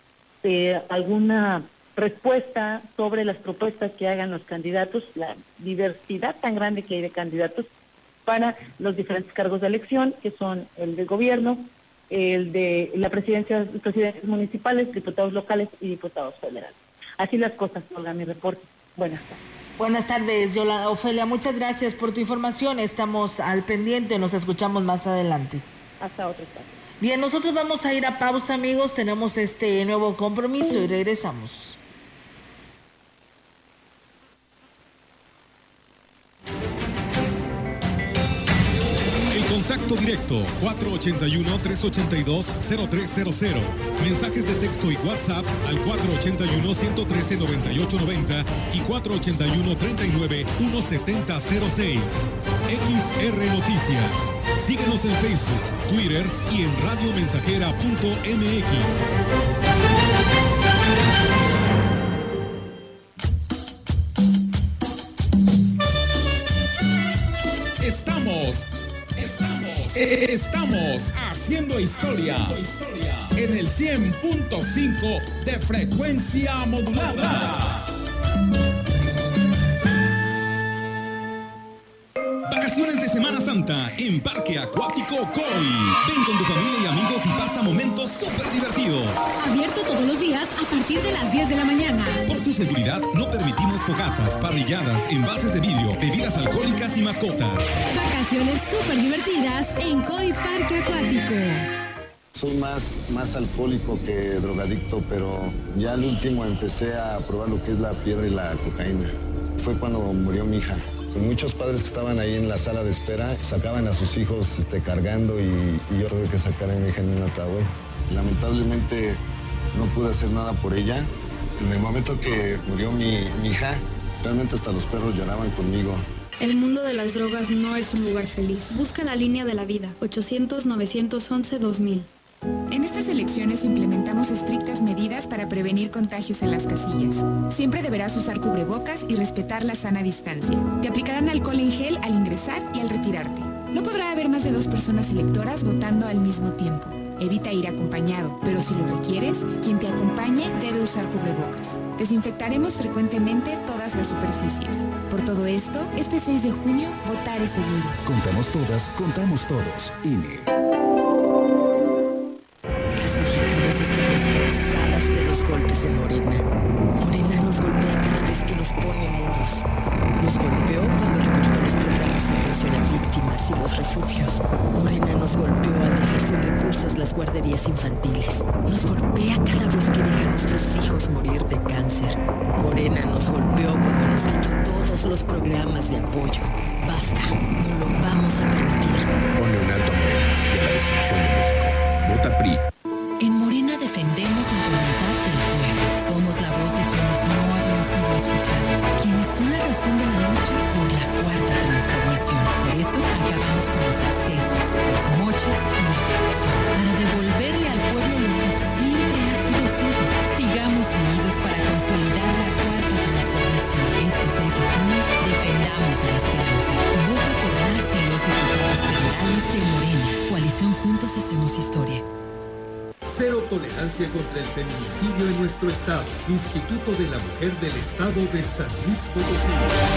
alguna respuesta sobre las propuestas que hagan los candidatos, la diversidad tan grande que hay de candidatos para los diferentes cargos de elección, que son el de gobierno, el de la presidencias municipales, diputados locales y diputados federales. Así las cosas, Olga, mi reporte. Buenas tardes. Buenas tardes, Ofelia, muchas gracias por tu información. Estamos al pendiente, nos escuchamos más adelante. Hasta otra tarde. Bien, nosotros vamos a ir a pausa, amigos, tenemos este nuevo compromiso y regresamos. Contacto directo 481-382-0300. Mensajes de texto y WhatsApp al 481-113-9890 y 481-39-1706. XR Noticias. Síguenos en Facebook, Twitter y en radiomensajera.mx. Estamos haciendo historia en el 100.5 de frecuencia modulada. Vacaciones de Semana Santa en Parque Acuático Coy. Ven con tu familia y amigos y pasa momentos súper divertidos. Abierto todos los días a partir de las 10 de la mañana. Por tu seguridad, no permitimos fogatas, parrilladas, envases de vidrio, bebidas alcohólicas y mascotas. Vacaciones súper divertidas en Coy Parque Acuático. Soy más alcohólico que drogadicto, pero ya al último empecé a probar lo que es la piedra y la cocaína. Fue cuando murió mi hija. Muchos padres que estaban ahí en la sala de espera sacaban a sus hijos cargando y yo tuve que sacar a mi hija en un ataúd. Lamentablemente no pude hacer nada por ella. En el momento que murió mi hija, realmente hasta los perros lloraban conmigo. El mundo de las drogas no es un lugar feliz. Busca la línea de la vida, 800-911-2000. En estas elecciones implementamos estrictas medidas para prevenir contagios en las casillas. Siempre deberás usar cubrebocas y respetar la sana distancia. Te aplicarán alcohol en gel al ingresar y al retirarte. No podrá haber más de 2 personas electoras votando al mismo tiempo. Evita ir acompañado, pero si lo requieres, quien te acompañe debe usar cubrebocas. Desinfectaremos frecuentemente todas las superficies. Por todo esto, este 6 de junio, votar es seguro. Contamos todas, contamos todos. INE. Las mexicanas estamos cansadas de los golpes de Morena. Morena nos golpea cada vez que nos pone muros. Nos golpeó cuando recortó los programas de atención a víctimas y los refugios. Morena nos golpeó al dejar sin recursos las guarderías infantiles. Nos golpea cada vez que deja a nuestros hijos morir de cáncer. Morena nos golpeó cuando nos quitó todos los programas de apoyo. Basta, no lo vamos a permitir. Ponle un alto a Morena y a la destrucción de México. Vota PRI. En Morena defendemos la voluntad del pueblo. Somos la voz de quienes no habían sido escuchados, quienes son la razón de la lucha por la cuarta transformación. Por eso acabamos con los excesos, los moches y la corrupción, para devolverle al pueblo lo que siempre ha sido suyo. Sigamos unidos para consolidar la cuarta transformación. Este 6 de junio defendamos la esperanza. Vota por las y los diputados federales de Morena. Coalición Juntos Hacemos Historia. Cero tolerancia contra el feminicidio en nuestro estado. Instituto de la Mujer del Estado de San Luis Potosí.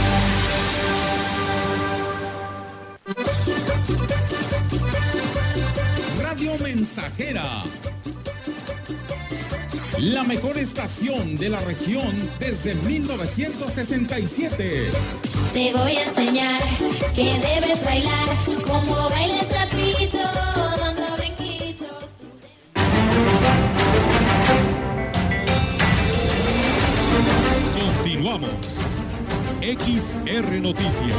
Radio Mensajera. La mejor estación de la región desde 1967. Te voy a enseñar que debes bailar como baila el sapito, dando brinquitos. Continuamos. XR Noticias.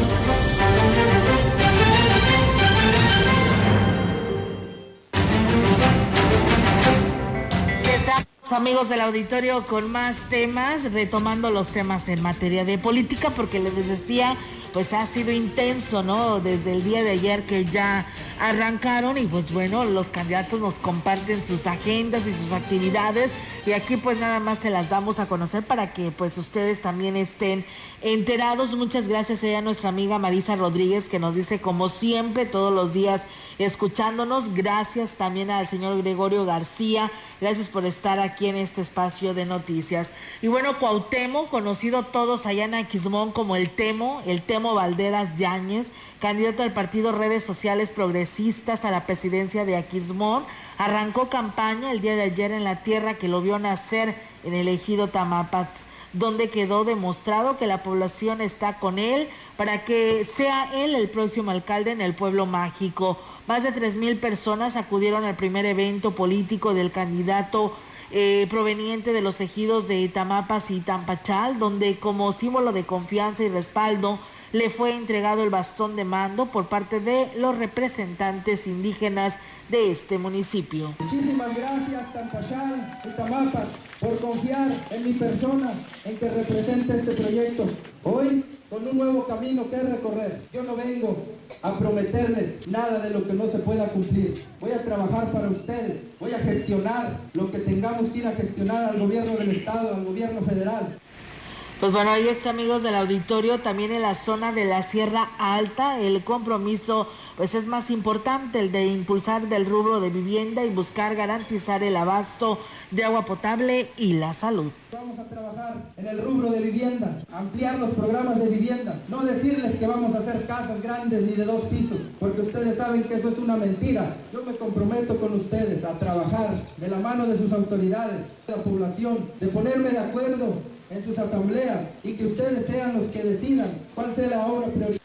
Amigos del auditorio, con más temas, retomando los temas en materia de política, porque les decía, pues ha sido intenso, ¿no? Desde el día de ayer que ya arrancaron y pues bueno, los candidatos nos comparten sus agendas y sus actividades y aquí pues nada más se las damos a conocer para que pues ustedes también estén enterados. Muchas gracias a nuestra amiga Marisa Rodríguez que nos dice como siempre todos los días escuchándonos. Gracias también al señor Gregorio García, gracias por estar aquí en este espacio de noticias. Y bueno, Cuauhtémoc, conocido todos allá en Aquismón como el Temo Valderas Yáñez, candidato al partido Redes Sociales Progresistas a la presidencia de Aquismón, arrancó campaña el día de ayer en la tierra que lo vio nacer en el ejido Tamapats, donde quedó demostrado que la población está con él para que sea él el próximo alcalde en el pueblo mágico. Más de 3,000 personas acudieron al primer evento político del candidato proveniente de los ejidos de Tamapas y Tampachal, donde como símbolo de confianza y respaldo le fue entregado el bastón de mando por parte de los representantes indígenas de este municipio. Muchísimas gracias Tampachal y Tamapas por confiar en mi persona, en que represente este proyecto. Hoy, con un nuevo camino que recorrer, yo no vengo a prometerles nada de lo que no se pueda cumplir. Voy a trabajar para ustedes, voy a gestionar lo que tengamos que ir a gestionar al gobierno del estado, al gobierno federal. Pues bueno, ahí está, amigos del auditorio, también en la zona de la Sierra Alta, el compromiso pues es más importante, el de impulsar del rubro de vivienda y buscar garantizar el abasto de agua potable y la salud. Vamos a trabajar en el rubro de vivienda, ampliar los programas de vivienda, no decirles que vamos a hacer casas grandes ni de 2 pisos, porque ustedes saben que eso es una mentira. Yo me comprometo con ustedes a trabajar de la mano de sus autoridades, de la población, de ponerme de acuerdo en sus asambleas y que ustedes sean los que decidan cuál sea la obra prioritaria.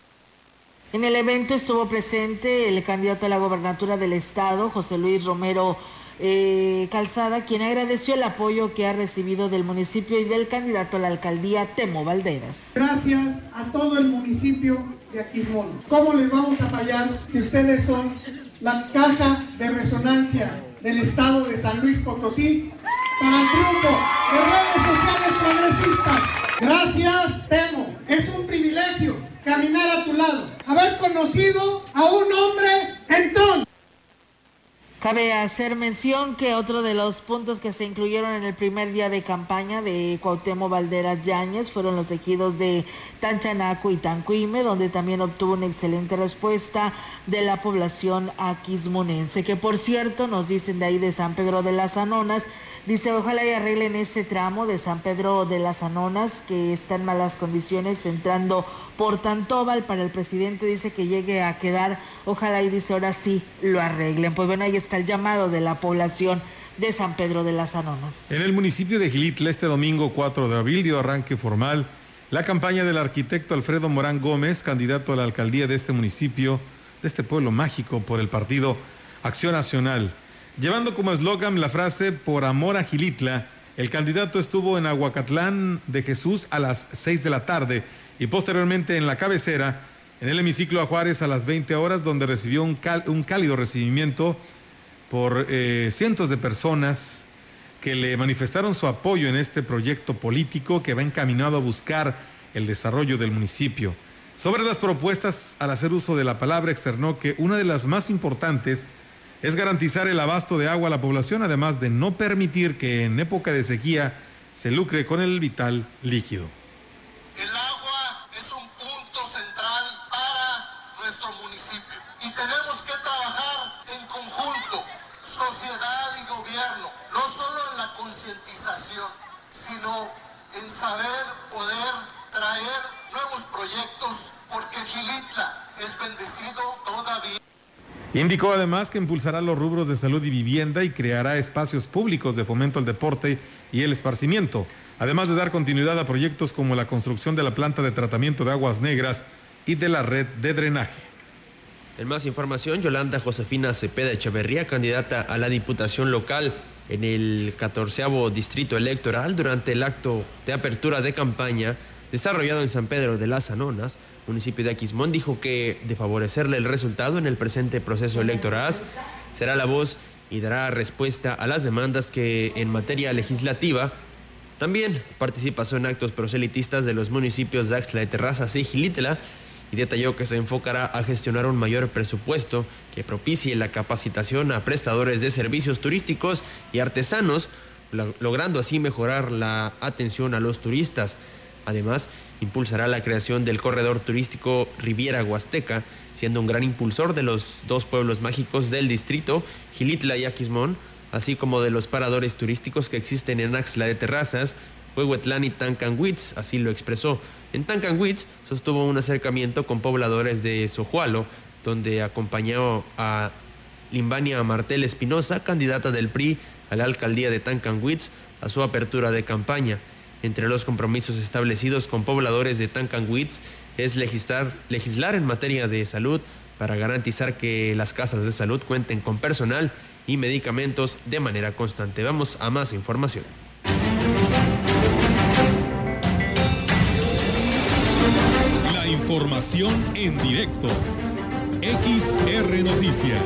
En el evento estuvo presente el candidato a la gobernatura del estado, José Luis Romero Calzada, quien agradeció el apoyo que ha recibido del municipio y del candidato a la alcaldía, Temo Valderas. Gracias a todo el municipio de Aquismón. ¿Cómo les vamos a fallar si ustedes son la caja de resonancia del estado de San Luis Potosí para el triunfo de Redes Sociales Progresistas? Gracias, Temo. Es un privilegio caminar a tu lado, haber conocido a un hombre entrón. Cabe hacer mención que otro de los puntos que se incluyeron en el primer día de campaña de Cuauhtémoc Valderas Yáñez fueron los ejidos de Tanchanaco y Tancuime, donde también obtuvo una excelente respuesta de la población aquismonense, que por cierto nos dicen de ahí de San Pedro de las Anonas. Dice, ojalá y arreglen ese tramo de San Pedro de las Anonas que está en malas condiciones entrando por Tantóbal para el presidente, dice que llegue a quedar, ojalá y dice ahora sí lo arreglen. Pues bueno, ahí está el llamado de la población de San Pedro de las Anonas. En el municipio de Xilitla, este domingo 4 de abril, dio arranque formal la campaña del arquitecto Alfredo Morán Gómez, candidato a la alcaldía de este municipio, de este pueblo mágico, por el partido Acción Nacional. Llevando como eslogan la frase "Por amor a Xilitla", el candidato estuvo en Aguacatlán de Jesús a las 6 de la tarde y posteriormente en la cabecera, en el hemiciclo a Juárez a las 20 horas, donde recibió un cálido recibimiento por cientos de personas que le manifestaron su apoyo en este proyecto político que va encaminado a buscar el desarrollo del municipio. Sobre las propuestas, al hacer uso de la palabra, externó que una de las más importantes es garantizar el abasto de agua a la población, además de no permitir que en época de sequía se lucre con el vital líquido. El agua es un punto central para nuestro municipio y tenemos que trabajar en conjunto, sociedad y gobierno, no solo en la concientización, sino en saber poder traer nuevos proyectos, porque Xilitla es bendecido todavía. Indicó además que impulsará los rubros de salud y vivienda y creará espacios públicos de fomento al deporte y el esparcimiento, además de dar continuidad a proyectos como la construcción de la planta de tratamiento de aguas negras y de la red de drenaje. En más información, Yolanda Josefina Cepeda Echeverría, candidata a la Diputación Local en el 14º Distrito Electoral, durante el acto de apertura de campaña desarrollado en San Pedro de las Anonas, municipio de Aquismón, dijo que de favorecerle el resultado en el presente proceso electoral, será la voz y dará respuesta a las demandas que en materia legislativa. También participó en actos proselitistas de los municipios de Axtla de Terrazas y Xilitla y detalló que se enfocará a gestionar un mayor presupuesto que propicie la capacitación a prestadores de servicios turísticos y artesanos, logrando así mejorar la atención a los turistas. Además, impulsará la creación del corredor turístico Riviera Huasteca, siendo un gran impulsor de los dos pueblos mágicos del distrito, Xilitla y Aquismón, así como de los paradores turísticos que existen en Axtla de Terrazas, Huehuetlán y Tancanwitz, así lo expresó. En Tancanwitz sostuvo un acercamiento con pobladores de Sojualo, donde acompañó a Limbania Martel Espinosa, candidata del PRI a la alcaldía de Tancanwitz, a su apertura de campaña. Entre los compromisos establecidos con pobladores de Tancanwitz es legislar en materia de salud para garantizar que las casas de salud cuenten con personal y medicamentos de manera constante. Vamos a más información. La información en directo. XR Noticias.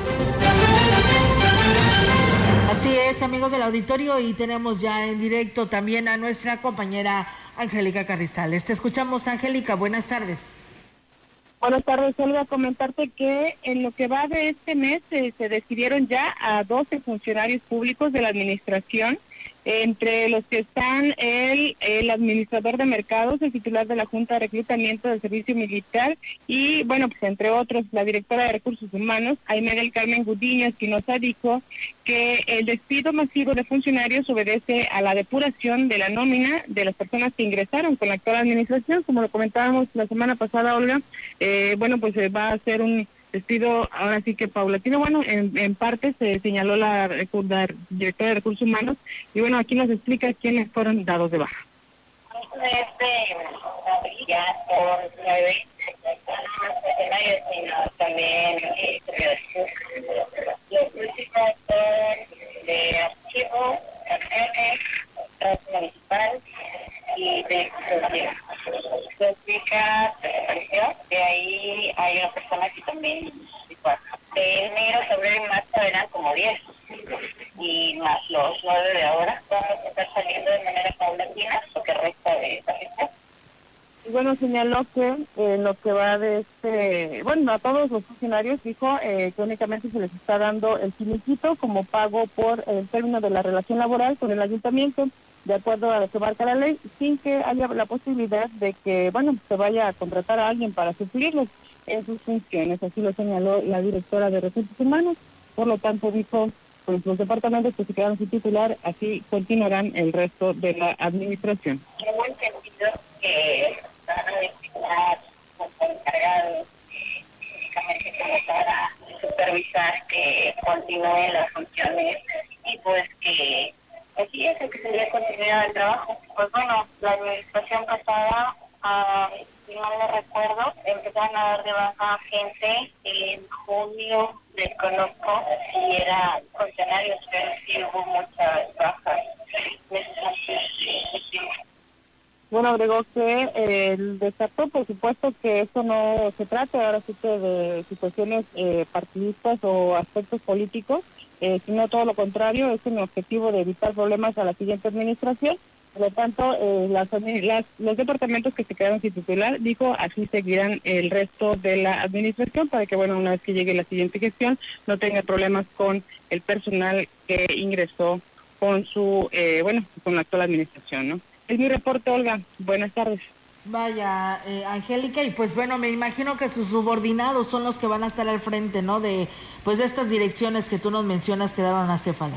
Así es, amigos del auditorio, y tenemos ya en directo también a nuestra compañera Angélica Carrizales. Te escuchamos, Angélica, buenas tardes. Buenas tardes, Olga. Comentarte que en lo que va de este mes se despidieron ya a 12 funcionarios públicos de la administración, entre los que están el administrador de mercados, el titular de la Junta de Reclutamiento del Servicio Militar y, bueno, pues entre otros, la directora de Recursos Humanos, Aimee del Carmen Gudiño Espinosa, dijo que el despido masivo de funcionarios obedece a la depuración de la nómina de las personas que ingresaron con la actual administración. Como lo comentábamos la semana pasada, Olga, bueno, pues va a ser un despido ahora sí que paulatino. Bueno, en parte se señaló la directora de Recursos Humanos y bueno, aquí nos explica quiénes fueron dados de baja. Ya por 9 funcionarios, sino también los principales de archivo, municipal y de de ahí hay una persona que también de enero, febrero y marzo eran como 10 y más los 9 de ahora vamos a estar saliendo de manera paulatina lo que resta de esta gestión. Y bueno, señaló que lo que va de bueno, a todos los funcionarios dijo que únicamente se les está dando el finiquito como pago por el término de la relación laboral con el ayuntamiento, de acuerdo a lo que marca la ley, sin que haya la posibilidad de que, bueno, se vaya a contratar a alguien para suplirlos en sus funciones. Así lo señaló la directora de Recursos Humanos. Por lo tanto, dijo, pues los departamentos que se quedaron sin titular, así continuarán el resto de la administración. Tengo entendido que van a destinar como encargados físicamente como para supervisar que continúen las funciones y pues que aquí es que sería continuidad del trabajo. Pues bueno, la administración pasada, si mal no recuerdo, empezaron a dar de baja a gente en junio, desconozco si eran funcionarios, pero sí hubo muchas bajas. Bueno, agregó que el destacó, por supuesto, que eso no se trata ahora sí que de situaciones partidistas o aspectos políticos, sino todo lo contrario, es un objetivo de evitar problemas a la siguiente administración. Por lo tanto, los departamentos que se quedaron sin titular, dijo, así seguirán el resto de la administración para que, bueno, una vez que llegue la siguiente gestión, no tenga problemas con el personal que ingresó con su, con la actual administración, ¿no? Es mi reporte, Olga. Buenas tardes. Vaya, Angélica, y pues bueno, me imagino que sus subordinados son los que van a estar al frente, ¿no? De estas direcciones que tú nos mencionas quedaron acéfalas.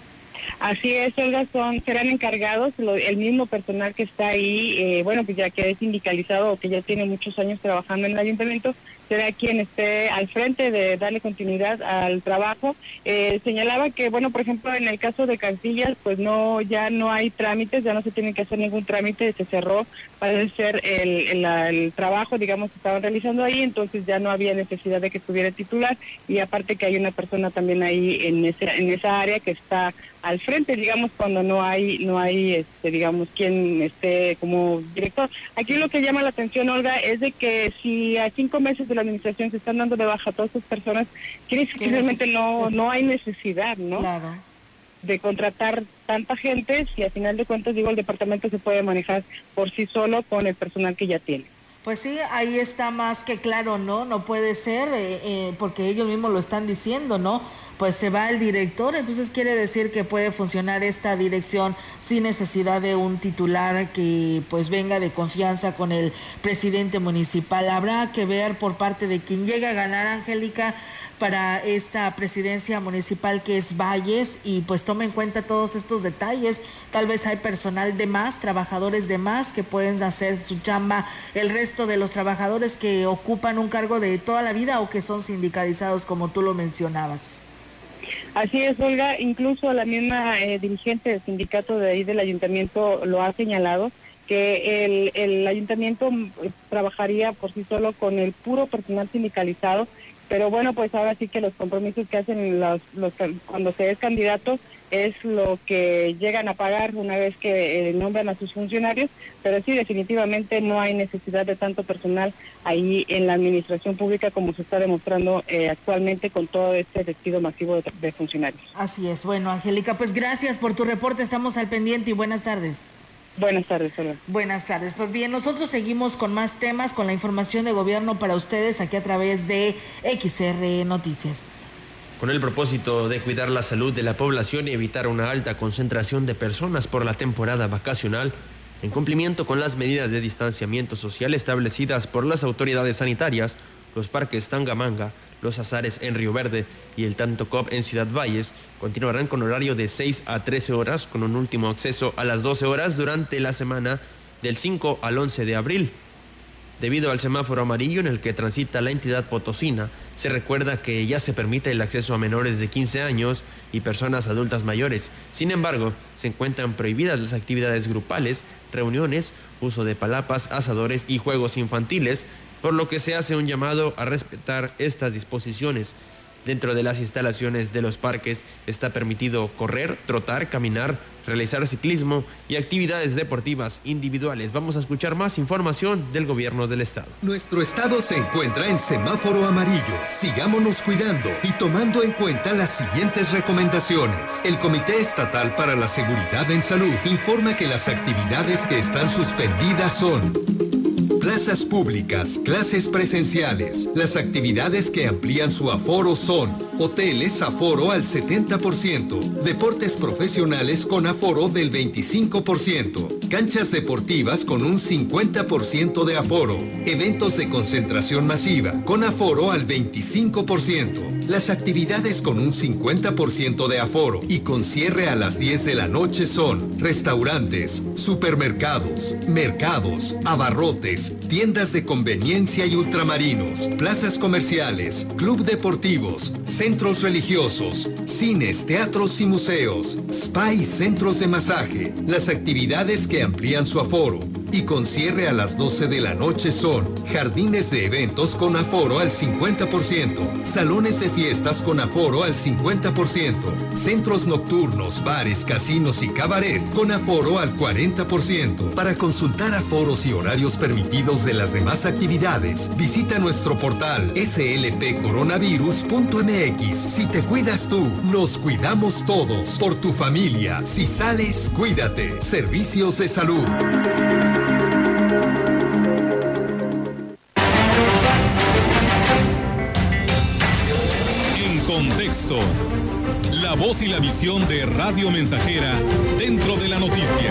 Así es, Olga, serán encargados el mismo personal que está ahí, pues ya que es sindicalizado o que ya tiene muchos años trabajando en el ayuntamiento, será quien esté al frente de darle continuidad al trabajo. Señalaba que, por ejemplo, en el caso de Cancillas, pues ya no hay trámites, ya no se tiene que hacer ningún trámite, se cerró, parece ser el trabajo, digamos, que estaban realizando ahí, entonces ya no había necesidad de que estuviera titular, y aparte que hay una persona también ahí en esa área que está al frente, digamos, cuando no hay digamos, quien esté como director. Aquí lo que llama la atención, Olga, es de que si a 5 meses de la administración se están dando de baja a todas estas personas, quiere decir que realmente no hay necesidad, ¿no? Claro. De contratar tanta gente, si al final de cuentas, el departamento se puede manejar por sí solo con el personal que ya tiene. Pues sí, ahí está más que claro, ¿no? No puede ser, porque ellos mismos lo están diciendo, ¿no? Pues se va el director, entonces quiere decir que puede funcionar esta dirección sin necesidad de un titular que pues venga de confianza con el presidente municipal. Habrá que ver por parte de quien llega a ganar, Angélica, para esta presidencia municipal, que es Valles, y pues tome en cuenta todos estos detalles. Tal vez hay personal de más, trabajadores de más que pueden hacer su chamba, el resto de los trabajadores que ocupan un cargo de toda la vida o que son sindicalizados, como tú lo mencionabas. Así es, Olga, incluso la misma dirigente del sindicato de ahí del ayuntamiento lo ha señalado, que el ayuntamiento trabajaría por sí solo con el puro personal sindicalizado, pero pues ahora sí que los compromisos que hacen cuando se es candidato es lo que llegan a pagar una vez que nombran a sus funcionarios, pero sí, definitivamente no hay necesidad de tanto personal ahí en la administración pública como se está demostrando actualmente con todo este despido masivo de funcionarios. Así es. Bueno, Angélica, pues gracias por tu reporte, estamos al pendiente y buenas tardes. Buenas tardes, Olga. Buenas tardes. Pues bien, nosotros seguimos con más temas, con la información de gobierno para ustedes aquí a través de XR Noticias. Con el propósito de cuidar la salud de la población y evitar una alta concentración de personas por la temporada vacacional, en cumplimiento con las medidas de distanciamiento social establecidas por las autoridades sanitarias, los parques Tangamanga, los Azares en Río Verde y el Tantocop en Ciudad Valles continuarán con horario de 6 a 13 horas, con un último acceso a las 12 horas durante la semana del 5 al 11 de abril. Debido al semáforo amarillo en el que transita la entidad potosina, se recuerda que ya se permite el acceso a menores de 15 años y personas adultas mayores. Sin embargo, se encuentran prohibidas las actividades grupales, reuniones, uso de palapas, asadores y juegos infantiles, por lo que se hace un llamado a respetar estas disposiciones. Dentro de las instalaciones de los parques está permitido correr, trotar, caminar, realizar ciclismo y actividades deportivas individuales. Vamos a escuchar más información del gobierno del estado. Nuestro estado se encuentra en semáforo amarillo. Sigámonos cuidando y tomando en cuenta las siguientes recomendaciones. El Comité Estatal para la Seguridad en Salud informa que las actividades que están suspendidas son: plazas públicas, clases presenciales. Las actividades que amplían su aforo son: hoteles, aforo al 70%, deportes profesionales con aforo del 25%, canchas deportivas con un 50% de aforo, eventos de concentración masiva con aforo al 25%. Las actividades con un 50% de aforo y con cierre a las 10 de la noche son: restaurantes, supermercados, mercados, abarrotes, tiendas de conveniencia y ultramarinos, plazas comerciales, club deportivos, centros centros religiosos, cines, teatros y museos, spa y centros de masaje. Las actividades que amplían su aforo y con cierre a las 12 de la noche son jardines de eventos con aforo al 50%, salones de fiestas con aforo al 50%, centros nocturnos, bares, casinos y cabaret con aforo al 40%. Para consultar aforos y horarios permitidos de las demás actividades, visita nuestro portal slpcoronavirus.mx. Si te cuidas tú, nos cuidamos todos. Por tu familia, si sales, cuídate. Servicios de salud. En contexto, la voz y la visión de Radio Mensajera dentro de la noticia.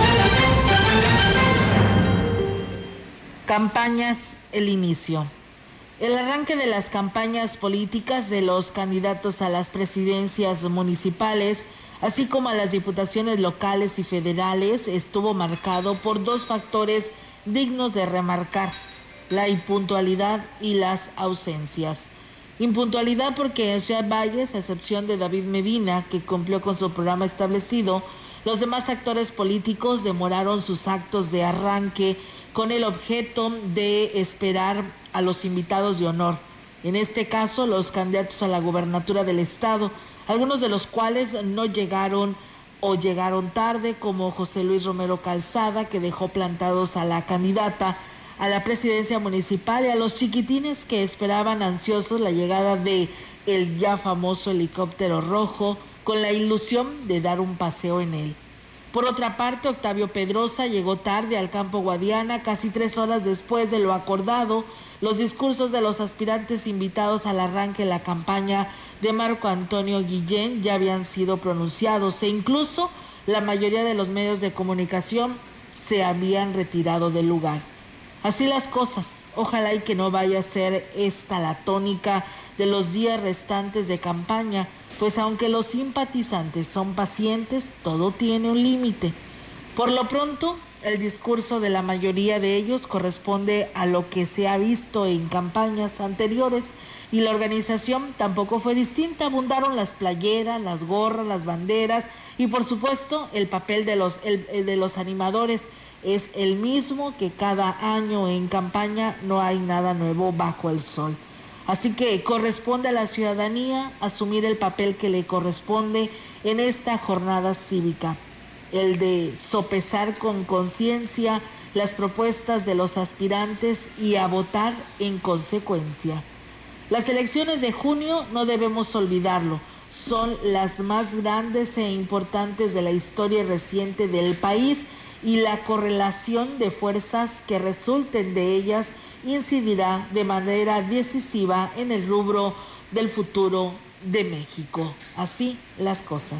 Campañas, el inicio. El arranque de las campañas políticas de los candidatos a las presidencias municipales, así como a las diputaciones locales y federales, estuvo marcado por dos factores dignos de remarcar: la impuntualidad y las ausencias. Impuntualidad porque en Ciudad Valles, a excepción de David Medina, que cumplió con su programa establecido, los demás actores políticos demoraron sus actos de arranque con el objeto de esperar a los invitados de honor, en este caso los candidatos a la gubernatura del estado, algunos de los cuales no llegaron o llegaron tarde, como José Luis Romero Calzada, que dejó plantados a la candidata a la presidencia municipal, y a los chiquitines que esperaban ansiosos la llegada de el ya famoso helicóptero rojo, con la ilusión de dar un paseo en él. Por otra parte, Octavio Pedrosa llegó tarde al Campo Guadiana, casi 3 horas después de lo acordado. Los discursos de los aspirantes invitados al arranque de la campaña de Marco Antonio Guillén ya habían sido pronunciados, e incluso la mayoría de los medios de comunicación se habían retirado del lugar. Así las cosas, ojalá y que no vaya a ser esta la tónica de los días restantes de campaña, pues aunque los simpatizantes son pacientes, todo tiene un límite. Por lo pronto, el discurso de la mayoría de ellos corresponde a lo que se ha visto en campañas anteriores, y la organización tampoco fue distinta. Abundaron las playeras, las gorras, las banderas y por supuesto el papel de los animadores es el mismo que cada año en campaña. No hay nada nuevo bajo el sol. Así que corresponde a la ciudadanía asumir el papel que le corresponde en esta jornada cívica, el de sopesar con conciencia las propuestas de los aspirantes y a votar en consecuencia. Las elecciones de junio, no debemos olvidarlo, son las más grandes e importantes de la historia reciente del país, y la correlación de fuerzas que resulten de ellas incidirá de manera decisiva en el rubro del futuro de México. Así las cosas.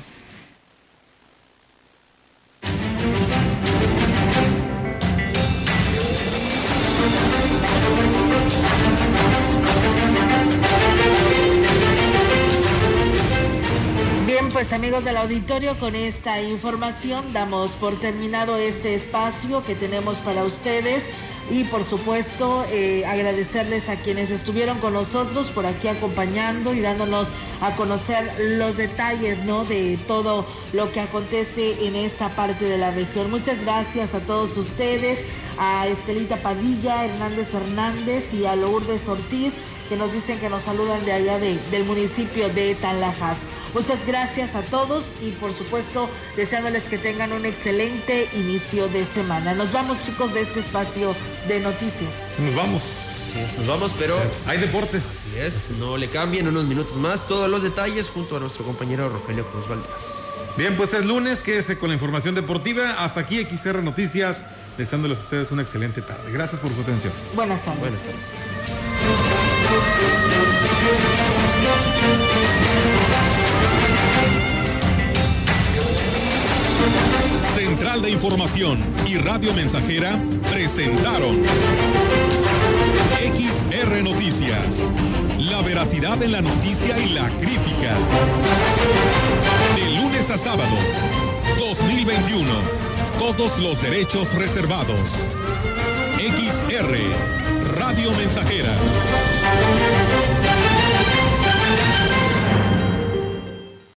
Bien, pues amigos del auditorio, con esta información damos por terminado este espacio que tenemos para ustedes. Y por supuesto agradecerles a quienes estuvieron con nosotros por aquí acompañando y dándonos a conocer los detalles, ¿no?, de todo lo que acontece en esta parte de la región. Muchas gracias a todos ustedes, a Estelita Padilla, Hernández y a Lourdes Ortiz, que nos dicen que nos saludan de allá del municipio de Tanlajas. Muchas gracias a todos y por supuesto deseándoles que tengan un excelente inicio de semana. Nos vamos, chicos, de este espacio de noticias. Nos vamos, pero hay deportes. No le cambien, unos minutos más todos los detalles junto a nuestro compañero Rogelio Cruz Valdez. Bien, pues es lunes, quédese con la información deportiva. Hasta aquí XR Noticias, deseándoles a ustedes una excelente tarde. Gracias por su atención. Buenas tardes. Buenas tardes. Central de Información y Radio Mensajera presentaron XR Noticias. La veracidad en la noticia y la crítica. De lunes a sábado, 2021. Todos los derechos reservados. XR Radio Mensajera.